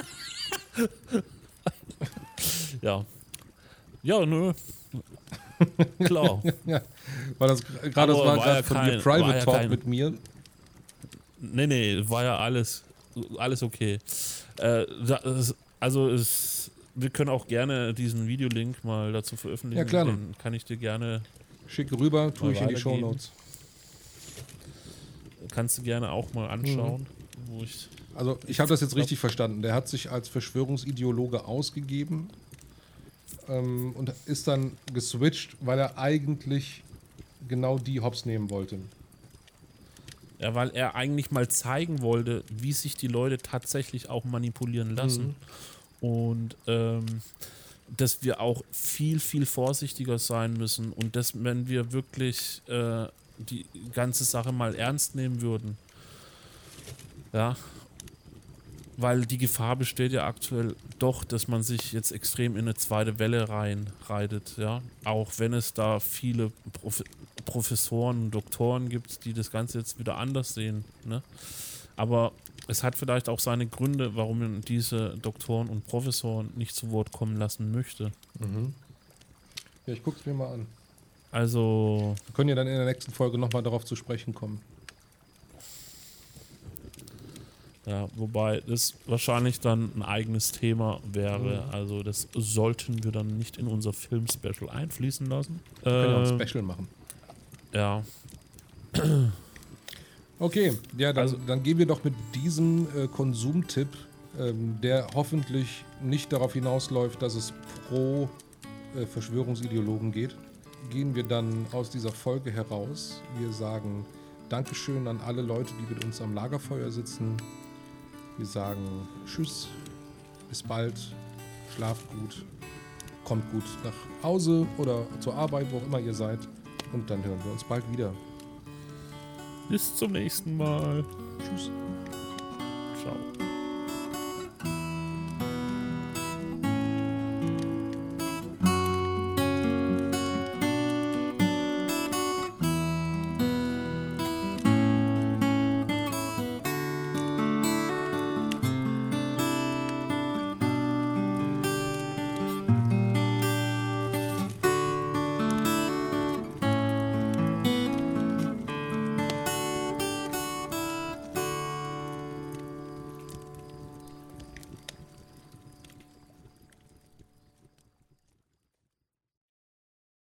ja. Ja, nö. Klar. ja, weil das gerade das war gerade ja von dir Private ja Talk kein, mit mir. Nee, nee, war ja alles, alles okay. Äh, das, also es, wir können auch gerne diesen Videolink mal dazu veröffentlichen. Ja, klar. Den kann ich dir gerne schicke rüber, tue ich in die Shownotes. Kannst du gerne auch mal anschauen. Mhm. Wo ich also ich habe das jetzt richtig verstanden. Der hat sich als Verschwörungsideologe ausgegeben ähm, und ist dann geswitcht, weil er eigentlich genau die Hops nehmen wollte. Ja, weil er eigentlich mal zeigen wollte, wie sich die Leute tatsächlich auch manipulieren lassen. Mhm. Und ähm, dass wir auch viel, viel vorsichtiger sein müssen und dass, wenn wir wirklich äh, die ganze Sache mal ernst nehmen würden, ja, weil die Gefahr besteht ja aktuell doch, dass man sich jetzt extrem in eine zweite Welle reinreitet, ja, auch wenn es da viele Prof- Professoren und Doktoren gibt, die das Ganze jetzt wieder anders sehen, ne? Aber es hat vielleicht auch seine Gründe, warum man diese Doktoren und Professoren nicht zu Wort kommen lassen möchte. Mhm. Ja, ich guck's mir mal an. Also... Wir können ja dann in der nächsten Folge nochmal darauf zu sprechen kommen. Ja, wobei das wahrscheinlich dann ein eigenes Thema wäre. Mhm. Also das sollten wir dann nicht in unser Film-Special einfließen lassen. Wir können ja Ähm, ein Special machen. ja, Okay, ja, dann, Also- dann gehen wir doch mit diesem äh, Konsumtipp, ähm, der hoffentlich nicht darauf hinausläuft, dass es pro äh, Verschwörungsideologen geht, gehen wir dann aus dieser Folge heraus. Wir sagen Dankeschön an alle Leute, die mit uns am Lagerfeuer sitzen. Wir sagen Tschüss, bis bald, schlaft gut, kommt gut nach Hause oder zur Arbeit, wo auch immer ihr seid. Und dann hören wir uns bald wieder. bis zum nächsten Mal. Tschüss. Ciao.